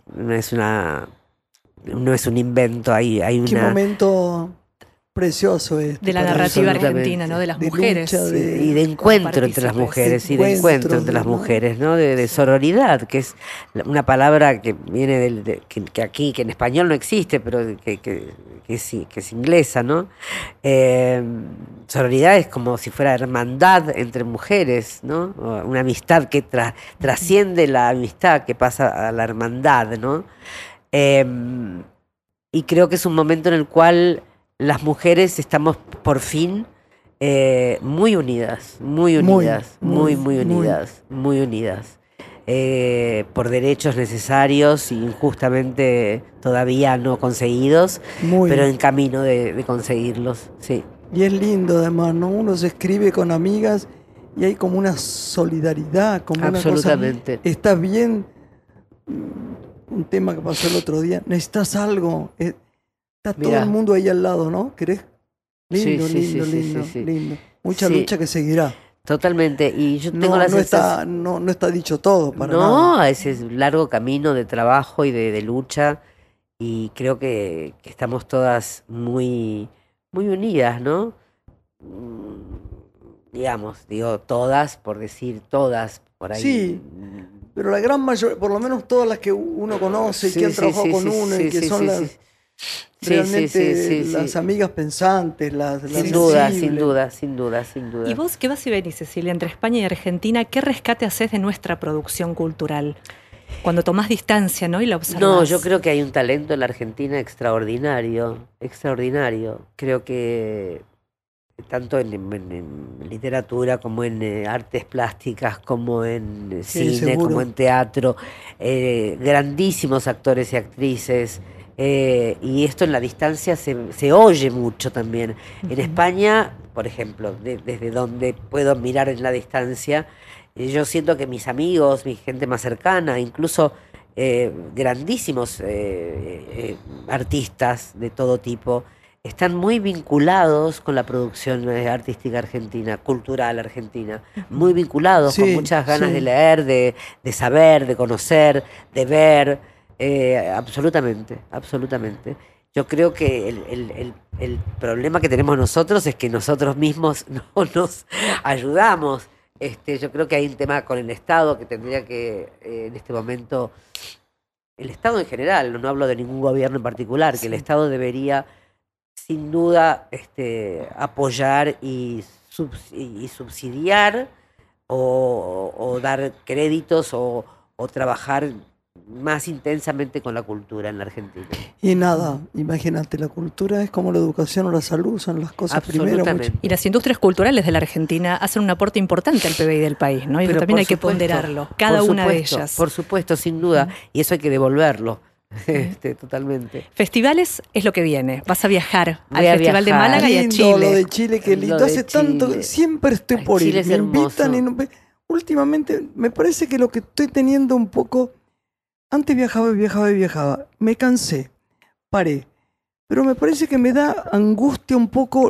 E: un invento, hay
C: Qué
E: una...
C: momento precioso
D: De la
C: para
D: narrativa
C: eso, ¿no?
D: argentina, ¿no? De las
C: De
D: mujeres.
C: lucha, de-
E: Y de encuentro entre las
D: partícipes.
E: mujeres, y
C: De
E: de encuentro
C: encuentros,
E: entre las
C: ¿no?
E: mujeres, ¿no? De sororidad, que es una palabra que viene que aquí, que en español no existe, pero que sí, que es inglesa, ¿no? Sororidad es como si fuera hermandad entre mujeres, ¿no? O una amistad que trasciende la amistad, que pasa a la hermandad, ¿no? Y creo que es un momento en el cual las mujeres estamos por fin muy unidas, muy unidas, muy unidas, muy unidas. Por derechos necesarios e injustamente todavía no conseguidos,
C: Muy.
E: pero en camino de conseguirlos, sí.
C: Y es lindo además, ¿no? Uno se escribe con amigas y hay como una solidaridad, como
E: Absolutamente.
C: una cosa. Estás bien. Un tema que pasó el otro día. Necesitas algo. Está todo
E: Mirá.
C: el mundo ahí al lado, ¿no? ¿Querés? Lindo,
E: Sí, sí,
C: lindo,
E: sí, sí,
C: lindo,
E: sí, sí.
C: lindo. Mucha
E: Sí.
C: lucha que seguirá.
E: Totalmente. Y yo tengo
C: No,
E: la
C: no
E: sensación...
C: no está dicho todo para
E: No,
C: nada.
E: ese es un largo camino de trabajo y de lucha, y creo que estamos todas muy, muy unidas, ¿no? Digamos, digo todas, por decir todas, por ahí.
C: Sí, pero la gran mayoría, por lo menos todas las que uno conoce y
E: Sí,
C: que han
E: sí,
C: trabajado
E: sí,
C: con
E: sí,
C: uno
E: sí,
C: y que
E: sí,
C: son
E: sí,
C: las
E: sí. Sí,
C: realmente
E: sí, sí,
C: las
E: sí.
C: amigas pensantes, las
E: Sin duda, sin
C: sensibles.
E: duda, sin duda, sin duda.
D: ¿Y vos qué vas y venís, Cecilia, entre España y Argentina? ¿Qué rescate haces de nuestra producción cultural? Cuando tomás distancia, ¿no? Y la observás.
E: No, yo creo que hay un talento en la Argentina extraordinario, extraordinario. Creo que tanto en literatura como en artes plásticas, como en
C: Sí,
E: cine,
C: seguro.
E: como en teatro, grandísimos actores y actrices. Y esto en la distancia se oye mucho también. En España, por ejemplo, desde donde puedo mirar en la distancia, yo siento que mis amigos, mi gente más cercana, incluso grandísimos artistas de todo tipo, están muy vinculados con la producción artística argentina, cultural argentina, muy vinculados, con
C: Sí,
E: muchas ganas
C: sí.
E: de leer, de saber, de conocer, de ver, absolutamente, absolutamente. Yo creo que el problema que tenemos nosotros es que nosotros mismos no nos ayudamos. Yo creo que hay un tema con el Estado que tendría que, en este momento, el Estado en general, no hablo de ningún gobierno en particular, que el Estado debería, sin duda, apoyar y subsidiar o dar créditos o trabajar más intensamente con la cultura en la Argentina.
C: Y nada, imagínate, la cultura es como la educación o la salud, son las cosas primero.
E: Absolutamente.
D: Y las industrias culturales de la Argentina hacen un aporte importante al PBI del país, ¿no? Y eso
E: Pero
D: también
E: por
D: hay que
E: supuesto,
D: ponderarlo, cada
E: por
D: una de
E: supuesto,
D: ellas.
E: Por supuesto, sin duda. Y eso hay que devolverlo. Totalmente.
D: Festivales es lo que viene. Vas a viajar
E: Voy
D: al
E: a
D: Festival de
E: viajar.
D: Málaga y a
C: Lindo
D: Chile.
C: lo de Chile, qué lindo.
E: Lo de
C: Hace tanto,
E: Chile.
C: siempre estoy
E: Ay,
C: por
E: Chile
C: ir.
E: es
C: Me invitan
E: hermoso.
C: y no. Últimamente me parece que lo que estoy teniendo un poco. Antes viajaba. Me cansé, paré. Pero me parece que me da angustia un poco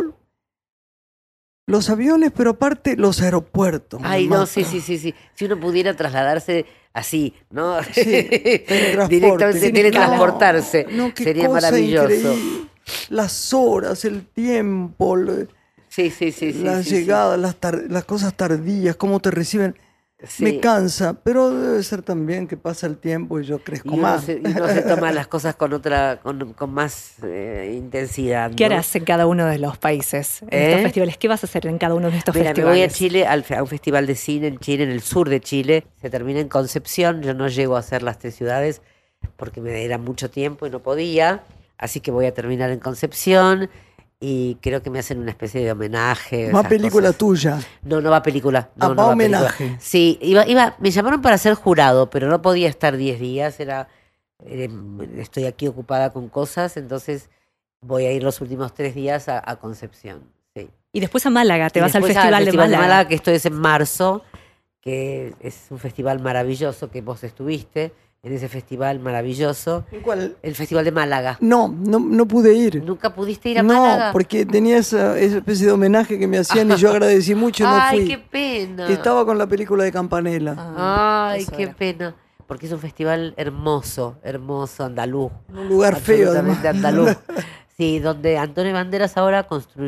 C: los aviones, pero aparte los aeropuertos. me
E: Ay, no,
C: matan.
E: sí. Si uno pudiera trasladarse así, ¿no?
C: Sí, teletransporte.
E: Directamente teletransportarse.
C: No, qué
E: sería
C: cosa
E: maravilloso.
C: increíble. Las horas, el tiempo,
E: Sí.
C: las llegadas, las cosas tardías, cómo te reciben.
E: Sí.
C: Me cansa, pero debe ser también que pasa el tiempo y yo crezco
E: Y uno
C: más.
E: uno se toma las cosas con más intensidad.
D: ¿Qué
E: ¿no?
D: harás en cada uno de los países, en estos festivales? ¿Qué vas a hacer en cada uno de estos
E: Mira, me
D: festivales?
E: voy a Chile, a un festival de cine en Chile, en el sur de Chile. Se termina en Concepción. Yo no llego a hacer las 3 ciudades porque me era mucho tiempo y no podía. Así que voy a terminar en Concepción y creo que me hacen una especie de homenaje.
C: Más
E: esas
C: película
E: cosas.
C: tuya.
E: No, no va película. No,
C: Ah,
E: no
C: va
E: va película.
C: homenaje.
E: Sí, me llamaron para ser jurado, pero no podía estar 10 días. Estoy aquí ocupada con cosas, entonces voy a ir los últimos 3 días a Concepción. Sí.
D: Y después a Málaga, te
E: Y
D: vas al
E: después
D: Festival, de Málaga.
E: que esto es en marzo, que es un festival maravilloso, que vos estuviste en ese festival maravilloso.
C: ¿Cuál?
E: El Festival de Málaga.
C: No pude ir.
E: ¿Nunca pudiste ir a
C: No,
E: Málaga?
C: porque tenía esa especie de homenaje que me hacían y yo agradecí mucho y no
E: Ay,
C: fui.
E: qué pena.
C: Estaba con la película de Campanella.
E: Ay,
D: eso
E: qué
D: era.
E: pena. Porque es un festival hermoso, hermoso, andaluz.
C: En un lugar feo,
E: Absolutamente
C: además.
E: andaluz. Sí, donde Antonio Banderas ahora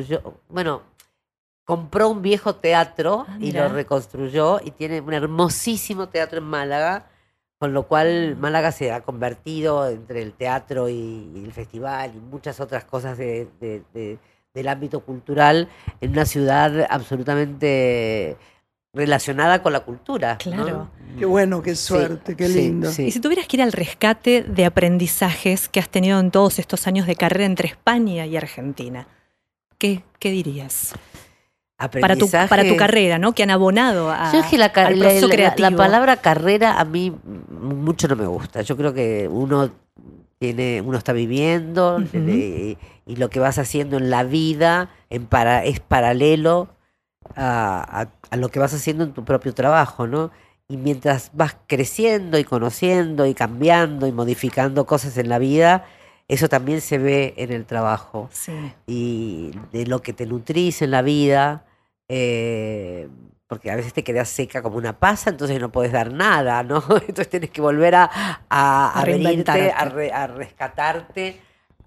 E: compró un viejo teatro y
D: mira.
E: lo reconstruyó y tiene un hermosísimo teatro en Málaga, con lo cual Málaga se ha convertido entre el teatro y el festival y muchas otras cosas del ámbito cultural en una ciudad absolutamente relacionada con la cultura. ¿no?
D: Claro.
C: Qué bueno, qué suerte, qué
E: sí,
C: lindo.
E: sí.
D: Y si tuvieras que ir al rescate de aprendizajes que has tenido en todos estos años de carrera entre España y Argentina, ¿qué dirías? Para tu
E: Aprendizaje.
D: carrera, ¿no? Que han abonado
E: Yo es que
D: al proceso creativo.
E: la palabra carrera a mí mucho no me gusta. Yo creo que uno está viviendo y lo que vas haciendo en la vida es paralelo a lo que vas haciendo en tu propio trabajo, ¿no? Y mientras vas creciendo y conociendo y cambiando y modificando cosas en la vida, eso también se ve en el trabajo.
D: Sí.
E: Y de lo que te nutrís en la vida, porque a veces te quedas seca como una pasa, entonces no podés dar nada, ¿no? Entonces tienes que volver a venirte,
D: reinventarte.
E: a rescatarte,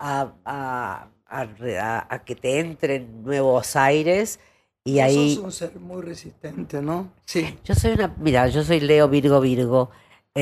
E: a que te entren nuevos aires. Y
C: Vos
E: ahí
C: sos un ser muy resistente, ¿no? Sí.
E: yo soy Leo, Virgo.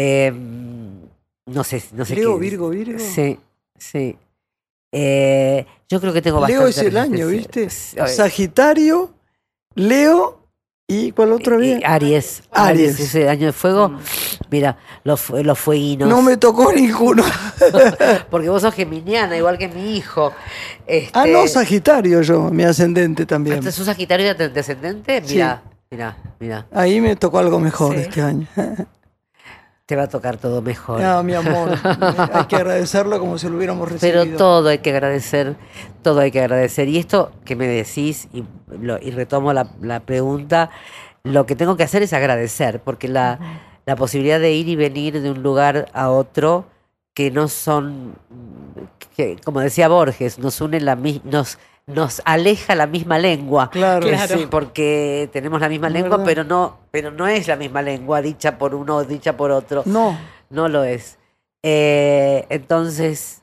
E: No sé
C: Leo,
E: qué.
C: Virgo.
E: Sí, sí. Yo creo que tengo bastante
C: Leo es el año, ¿viste?
E: resistencia.
C: Sagitario, Leo y ¿cuál otro había?
E: Aries.
C: Aries.
E: Ese año de fuego. Mira, los fueguinos.
C: No me tocó ninguno.
E: Porque vos sos geminiana, igual que mi hijo.
C: Ah, no, Sagitario yo, mi ascendente también.
E: ¿Sos Sagitario de ascendente?
C: Sí.
E: Mira.
C: Ahí me tocó algo mejor
D: Sí.
C: este año.
E: Te va a tocar todo mejor.
C: No, mi amor, hay que agradecerlo como si lo hubiéramos recibido.
E: Pero todo hay que agradecer, todo hay que agradecer. Y esto que me decís, y retomo la pregunta, lo que tengo que hacer es agradecer, porque la posibilidad de ir y venir de un lugar a otro, que no son, que, como decía Borges, nos une nos aleja la misma lengua.
C: Claro.
E: Sí, porque tenemos la misma
C: Es
E: lengua,
C: verdad.
E: pero no es la misma lengua dicha por uno o dicha por otro.
C: No,
E: No lo es. Entonces,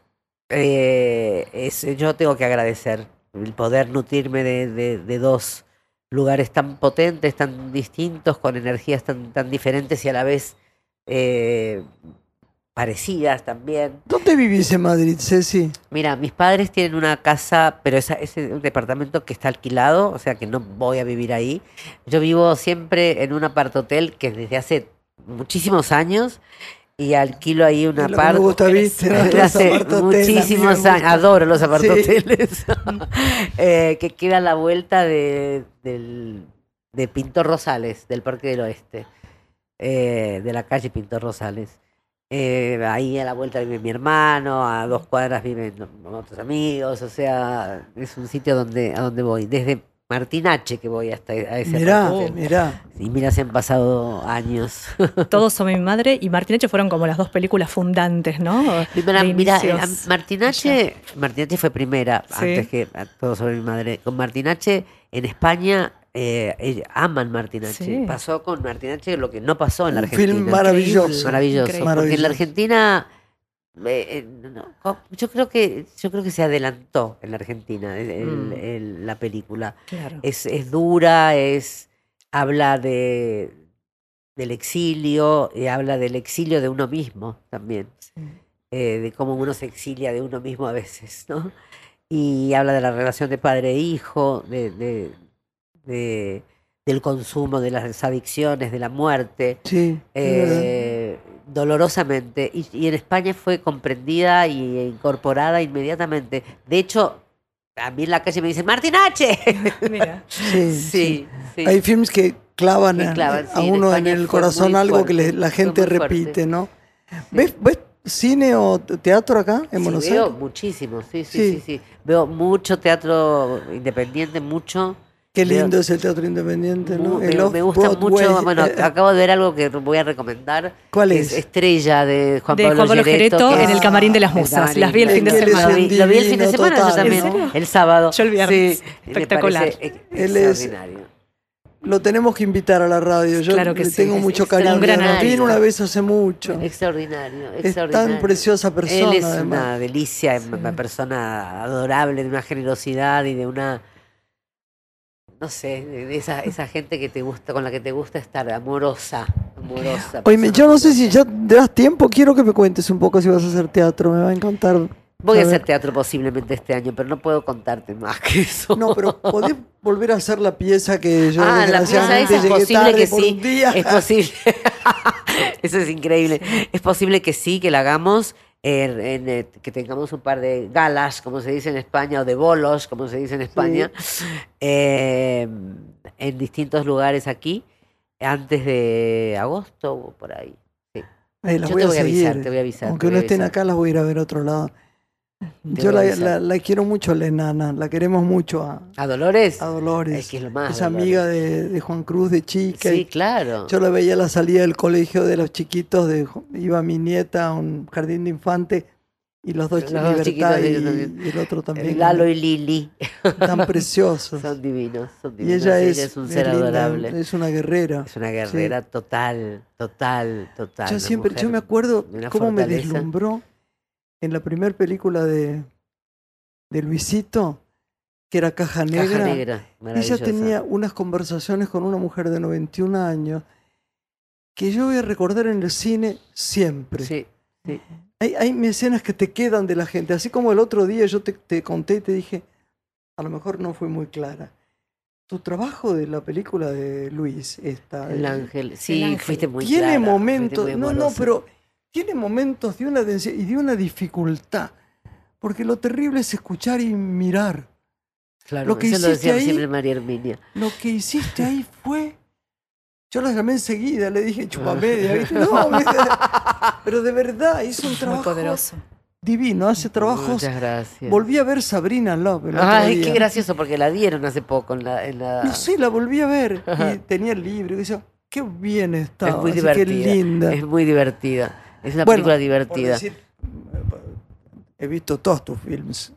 E: yo tengo que agradecer el poder nutrirme de dos lugares tan potentes, tan distintos, con energías tan diferentes y a la vez parecidas también.
C: ¿dónde vivís en Madrid, Ceci?
E: Mira, mis padres tienen una casa, pero es un departamento que está alquilado, o sea que no voy a vivir ahí. Yo vivo siempre en un apartotel que desde hace muchísimos años y alquilo ahí una
C: Lo que
E: parte.
C: me gusta, ¿viste?
E: Desde
C: Los
E: hace
C: apartoteles,
E: muchísimos
C: a mí me
E: años,
C: gusta.
E: adoro los apartoteles, que queda a la vuelta de Pintor Rosales, del Parque del Oeste, de la calle Pintor Rosales. Ahí a la vuelta vive mi hermano, a 2 cuadras viven otros amigos, o sea, es un sitio a donde voy. Desde Martinache que voy hasta a ese
C: Mirá,
E: apartotel.
C: mirá.
E: Y mira, se han pasado años.
D: Todos sobre mi madre y Martineche fueron como las dos películas fundantes, ¿no?
E: Mira,
D: De inicios.
E: Martinache fue primera,
D: Sí.
E: antes que Todo sobre mi madre. Con Martinache, en España, aman Martinache.
D: Sí.
E: Pasó con Martinache lo que no pasó en la
C: Un
E: Argentina.
C: film maravilloso.
E: Maravilloso.
D: Increíble.
E: Porque en
C: Maravilloso.
E: la Argentina, yo creo que se adelantó en la Argentina la película.
D: Claro.
E: Es dura, habla del exilio, habla del exilio de uno mismo también, de cómo uno se exilia de uno mismo a veces, ¿no? Y habla de la relación de padre e hijo, del consumo, de las adicciones, de la muerte,
C: Sí,
E: dolorosamente. Y en España fue comprendida e incorporada inmediatamente. De hecho, a mí en la calle me dicen ¡Martinache!
D: Mira.
C: sí. Hay films que clavan,
E: Que clavan,
C: a
E: sí, en
C: uno en
E: España
C: el
E: fue
C: corazón
E: muy
C: algo que
E: fuerte,
C: la
E: fue
C: gente
E: muy fuerte.
C: repite, ¿no? ¿Ves cine o teatro acá en Buenos
E: Veo
C: Aires?
E: muchísimo,
C: Sí.
E: sí. Veo mucho teatro independiente, mucho.
C: Qué
E: Veo-
C: lindo es el teatro independiente, ¿no? El
E: me gusta
C: Off-Broadway.
E: mucho, bueno, acabo de ver algo que voy a recomendar.
C: ¿Cuál
E: que
C: es?
E: Estrella de Juan
D: De
E: Pablo
D: Juan Pablo
E: Geretto,
D: Geretto
E: que
D: en
E: es-
D: el Camarín de las
E: el
D: Musas.
E: Camarín,
D: Las vi el fin de
C: Es que él es
D: semana.
C: un
E: Lo vi el fin de
C: divino
E: semana
C: total,
E: yo también,
C: ¿no?
D: ¿En serio?
E: el sábado.
D: Yo el viernes.
E: Sí,
D: Espectacular.
E: Me parece
C: Él es-
E: extraordinario.
C: Lo tenemos que invitar a la radio. Yo
D: Claro que
C: le
D: sí.
C: tengo
E: Es
C: mucho cariño.
D: un gran
C: Nos vino
E: artista.
C: una vez hace mucho.
E: Extraordinario,
C: Es
E: extraordinario.
C: tan preciosa persona,
E: Él es
C: además.
E: una delicia, una persona adorable, de una generosidad y de una, no sé, de esa gente que te gusta, con la que te gusta estar, amorosa.
C: Oye,
E: persona
C: yo no sé si
E: amorosa.
C: ya te das tiempo. Quiero que me cuentes un poco si vas a hacer teatro. Me va a encantar.
E: Voy a
C: saber.
E: hacer teatro posiblemente este año, pero no puedo contarte más que eso.
C: No, pero ¿podés volver a hacer la pieza que yo
E: la pieza
C: desgraciadamente
E: esa es
C: llegué
E: posible
C: tarde
E: que
C: por
E: sí.
C: un día?
E: Es posible. Eso es increíble. Es posible que sí, que la hagamos, que tengamos un par de galas, como se dice en España, o de bolos, como se dice en España, en distintos lugares aquí, antes de agosto o por ahí. Sí.
C: Las
E: Yo
C: voy
E: te
C: a
E: voy a
C: seguir.
E: avisar, te voy a avisar.
C: Aunque no estén acá, las voy a ir a ver a otro lado.
E: Te
C: Yo
E: voy a avisar.
C: la quiero mucho a la enana, la queremos mucho
E: ¿A Dolores?
C: a Dolores.
E: Es que es lo más,
C: Es
E: Dolores.
C: amiga de Juan Cruz de chica.
E: Sí,
C: y
E: claro.
C: yo la veía a la salida del colegio de los chiquitos. Iba mi nieta a un jardín de infante y los dos,
E: Los dos
C: Libertad
E: chiquitos,
C: y,
E: ellos también.
C: y el otro también.
E: Lalo y Lili.
C: Tan preciosos.
E: Son divinos, son
C: Y
E: divinos.
C: ella
E: es un ser
C: linda,
E: adorable.
C: es una guerrera.
E: Es una guerrera total.
C: Yo
E: una
C: siempre,
E: mujer
C: yo me acuerdo
E: de una
C: cómo me
E: fortaleza.
C: deslumbró en la primera película de Luisito, que era Caja Negra.
E: Caja Negra,
C: Ella
E: maravillosa.
C: tenía unas conversaciones con una mujer de 91 años que yo voy a recordar en el cine siempre.
E: Sí, sí.
C: Hay escenas que te quedan de la gente, así como el otro día yo te conté y te dije, a lo mejor no fue muy clara. Tu trabajo de la película de Luis,
E: El ángel. Sí,
D: El ángel.
E: fuiste muy
C: tiene
E: clara,
C: momentos,
E: fuiste muy
C: no,
E: amorosa.
C: pero tiene momentos de una densidad y de una dificultad, porque lo terrible es escuchar y mirar.
E: Claro,
C: lo que
E: eso lo
C: hiciste
E: decía
C: ahí-
E: siempre María Herminia.
C: Lo que hiciste ahí fue... Yo la llamé enseguida, le dije chupamedia, ¿viste? No, pero de verdad hizo un
D: Muy
C: trabajo
D: poderoso.
C: divino, hace trabajos...
E: Muchas gracias.
C: Volví a ver Sabrina Love el otro
E: Ay,
C: día.
E: qué gracioso, porque la dieron hace poco en la...
C: No sé, la volví a ver y tenía el libro y decía, qué bien está,
E: Es muy
C: así que
E: divertida.
C: linda.
E: Es muy divertida. Es una
C: Bueno,
E: película
C: por
E: divertida.
C: decir, he visto todos tus films,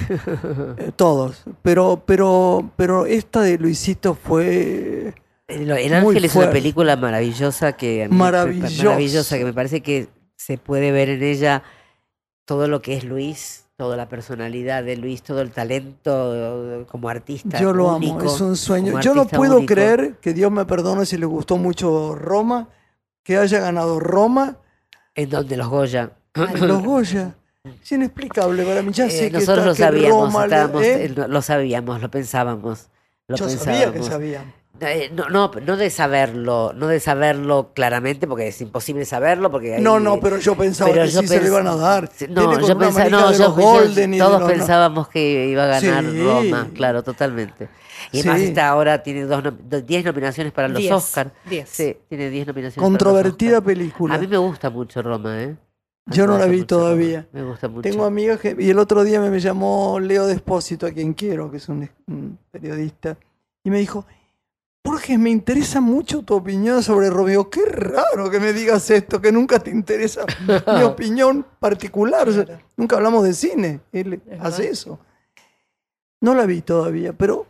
C: todos, pero esta de Luisito fue
E: El
C: muy
E: Ángel es una
C: fuerte.
E: película maravillosa que a mí
C: Maravillosa.
E: que me parece que se puede ver en ella todo lo que es Luis, toda la personalidad de Luis, todo el talento como artista.
C: yo lo
E: único,
C: amo, es un sueño.
E: como
C: Yo no
E: artista
C: puedo
E: único.
C: creer que Dios me perdone si le gustó mucho Roma, que haya ganado Roma
E: En donde los Goya.
C: en los Goya. Es inexplicable para mí. Ya sé que
E: Nosotros lo
C: que
E: sabíamos,
C: Roma,
E: lo sabíamos, lo pensábamos.
C: Yo sabía que sabían.
E: No de saberlo claramente, porque es imposible saberlo, porque hay-
C: No, pero yo pensaba
E: pero
C: que
E: yo
C: sí se le iban a dar.
E: No,
C: Viene con
E: yo
C: una
E: pensaba,
C: manija de los Golden y de
E: todos
C: los-
E: pensábamos que iba a ganar
C: Sí.
E: Roma, claro, totalmente. Y además
C: Sí.
E: está ahora tiene 10 nominaciones para los
D: 10,
E: Oscars.
D: 10.
E: Sí, tiene 10 nominaciones.
C: Controvertida
E: para los
C: película.
E: Oscars. A mí me gusta mucho Roma, ¿eh? A mí
C: Yo
E: me
C: no la
E: gusta
C: vi
E: mucho Roma,
C: todavía.
E: Me gusta mucho.
C: Tengo amigas que... Y el otro día me llamó Leo Despósito, a quien quiero, que es un periodista, y me dijo, Jorge, me interesa mucho tu opinión sobre Romeo. Qué raro que me digas esto, que nunca te interesa mi opinión particular. O sea, nunca hablamos de cine. Él hace eso. No la vi todavía, pero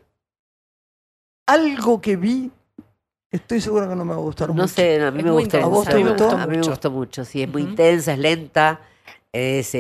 C: algo que vi, estoy seguro que no me va a gustar
E: No
C: mucho.
E: sé, a mí
D: Es
E: me
D: muy
E: gustó
D: intensa,
E: mucho.
C: a mí me gustó
E: A mí me
D: mucho.
E: gustó mucho, sí, es muy
D: Ujú.
E: intensa, es lenta, es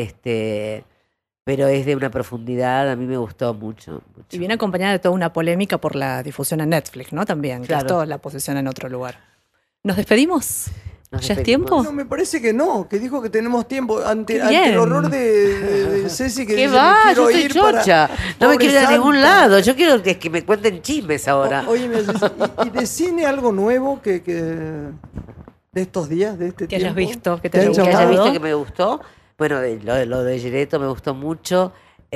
E: pero es de una profundidad, a mí me gustó mucho.
D: Y viene acompañada de toda una polémica por la difusión en Netflix, ¿no? También, que
E: Claro.
D: esto la posiciona en otro lugar. ¿Nos despedimos? ¿Ya es tiempo?
C: No, me parece que no, que dijo que tenemos tiempo. Ante el horror de Ceci que
E: ¿Qué
C: dice,
E: va?
C: me quiero
E: Yo soy
C: ir
E: chocha. No me quiero ir a ningún lado. Yo quiero que me cuenten chismes ahora.
C: Oye, ¿y de cine algo nuevo que de estos días, de este
D: Que
C: tiempo?
D: hayas visto, que te
C: ¿Te
D: haya
C: han
E: Que haya
C: llamado?
E: visto que me gustó. Bueno, lo de Giretto me gustó mucho.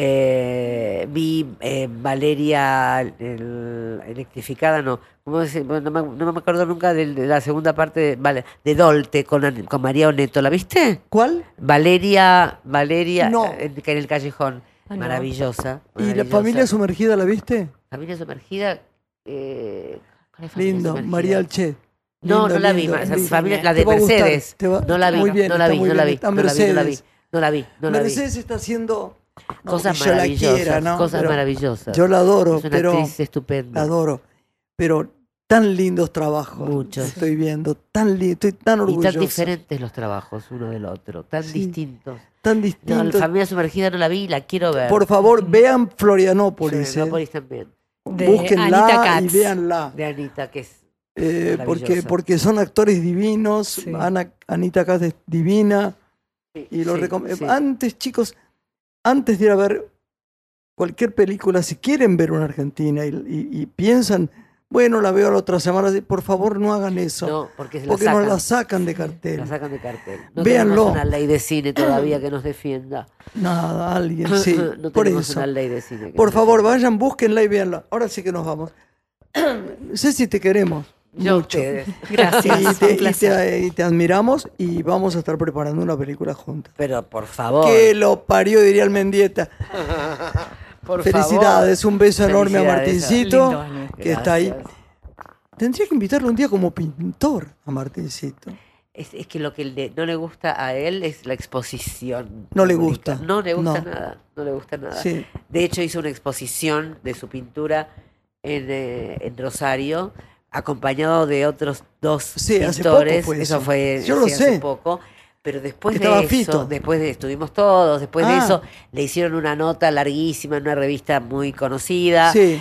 E: Vi Valeria electrificada, no. ¿Cómo es? Bueno, no me acuerdo nunca de la segunda parte de Dolte con María Oneto. ¿La viste?
C: ¿Cuál?
E: Valeria
C: No.
E: en el callejón.
D: no.
E: Maravillosa.
C: ¿Y la
E: maravillosa.
C: familia sumergida la viste?
E: Familia sumergida. ¿Cuál es Familia
C: Lindo,
E: Sumergida?
C: María Alche.
E: No,
C: Lindo,
E: no la vi.
C: lindo,
E: Esa
C: lindo.
E: familia, la
C: Te
E: de
C: va a gustar,
E: Mercedes.
C: te va-
E: No la vi,
C: muy bien,
E: no la
C: está
E: vi,
C: muy
E: no la
C: bien,
E: vi,
C: está
E: no la vi, no la vi,
C: Mercedes.
E: no la vi, no la vi.
C: Mercedes está haciendo no,
E: Cosas
C: que yo la
E: maravillosas,
C: quiera, ¿no?
E: cosas
C: Pero
E: maravillosas.
C: Yo la adoro,
E: Es una
C: pero
E: actriz estupenda.
C: la adoro. Pero tan lindos trabajos.
E: Muchos.
C: Estoy viendo, tan lindo, estoy tan
E: Y
C: orgulloso.
E: tan diferentes los trabajos uno del otro, tan
C: Sí,
E: distintos.
C: Tan
E: No, la
C: distintos.
E: familia sumergida no la vi, la quiero ver.
C: Por favor, vean Florianópolis.
E: Florianópolis también.
D: De
C: Búsquenla
D: Anita Katz.
C: y véanla.
E: De Anita, que es
C: Porque son actores divinos.
D: Sí.
C: Anita Katz es divina. Y lo
E: sí.
C: Antes, chicos, antes de ir a ver cualquier película, si quieren ver una argentina y piensan, bueno, la veo la otra semana, por favor no hagan eso.
E: No, porque
C: porque
E: la
C: nos
E: sacan,
C: la sacan de cartel.
E: la sacan de cartel. No
C: Véanlo.
E: tenemos una ley de cine todavía que nos defienda.
C: Nada, alguien, sí.
E: No
C: por
E: tenemos
C: eso.
E: una ley de cine. que
C: Por
E: nos
C: favor,
E: defienda.
C: vayan, búsquenla y véanla. Ahora sí que nos vamos. Ceci, te queremos.
E: Yo a
C: mucho.
E: ustedes.
D: Gracias. un placer.
C: Y te admiramos y vamos a estar preparando una película juntas.
E: Pero por favor.
C: Que lo parió, diría el Mendieta.
E: Por
C: Felicidades,
E: favor.
C: un beso enorme a
E: Felicidades.
C: Martincito,
D: Lindo año.
C: que está ahí.
E: Gracias.
C: Tendría que invitarlo un día como pintor a Martincito.
E: Es que lo que no le gusta a él es la exposición.
C: No le
E: pública.
C: gusta.
E: No le gusta
C: No.
E: nada. No le gusta nada.
C: Sí.
E: De hecho, hizo una exposición de su pintura en Rosario, acompañado de otros dos
C: Sí, hace
E: pintores.
C: poco fue
E: Eso
C: eso.
E: fue
C: Yo lo
E: sí, hace
C: sé.
E: poco. Pero después
C: Estaba
E: de eso,
C: Fito.
E: estuvimos todos, después de
C: Ah.
E: eso, le hicieron una nota larguísima en una revista muy conocida.
C: Sí.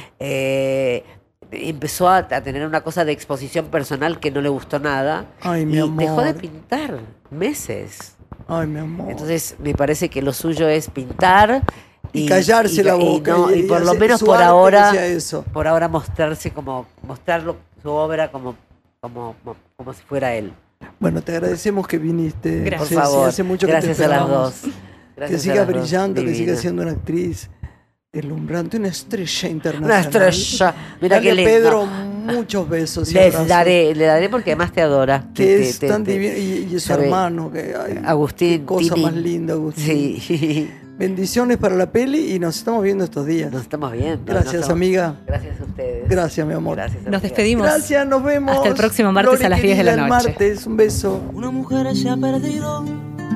E: Empezó a tener una cosa de exposición personal que no le gustó nada.
C: Ay, mi
E: y
C: amor.
E: dejó de pintar meses.
C: Ay, mi amor.
E: Entonces, me parece que lo suyo es pintar
C: y callarse la boca.
E: y por lo
C: hacer-
E: menos
C: su
E: por
C: arte
E: ahora,
C: decía eso.
E: mostrarse su obra como si fuera él.
C: Bueno, te agradecemos que viniste.
D: Gracias.
E: Por
C: Ceci,
E: favor,
C: hace mucho
E: gracias
C: que te
E: a las
C: esperábamos.
E: dos.
C: Que
E: Gracias a
C: siga
E: las dos.
C: brillando, que siga
E: Divina.
C: siendo una actriz deslumbrante, una estrella
E: Una
C: internacional.
E: estrella. Mira
C: Dale
E: qué
C: a
E: lindo.
C: Pedro muchos besos y
E: Le
C: abrazos.
E: daré porque además te adora.
C: Que es tan divino. Y su
E: sabe-
C: hermano, que ay,
E: Agustín.
C: qué cosa
E: Tini.
C: más linda, Agustín.
E: Sí.
C: Bendiciones para la peli y nos estamos viendo estos días.
E: Nos estamos viendo.
C: Gracias, amiga.
E: Gracias a ustedes.
C: Gracias, mi amor.
E: Gracias a
D: Nos
E: ustedes.
D: despedimos.
C: Gracias, nos vemos.
D: Hasta el próximo martes
C: Loli,
D: a las 10 de la
C: querida, el
D: noche.
C: martes, un beso.
G: Una mujer se ha perdido,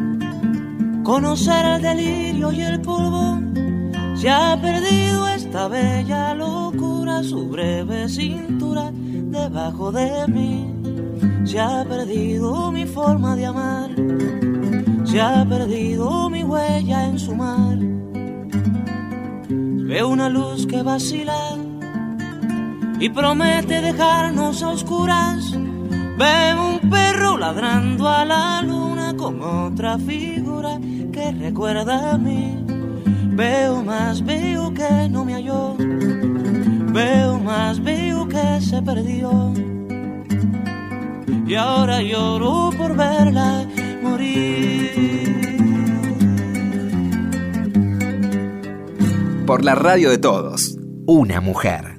G: conocer el delirio y el polvo. Se ha perdido esta bella locura, su breve cintura debajo de mí. Se ha perdido mi forma de amar, se ha perdido mi huella en su mar. Veo una luz que vacila y promete dejarnos a oscuras. Veo un perro ladrando a la luna con otra figura que recuerda a mí. Veo más, veo que no me halló. Veo más, veo que se perdió. Y ahora lloro por verla morir.
A: Por la radio de todos, una mujer.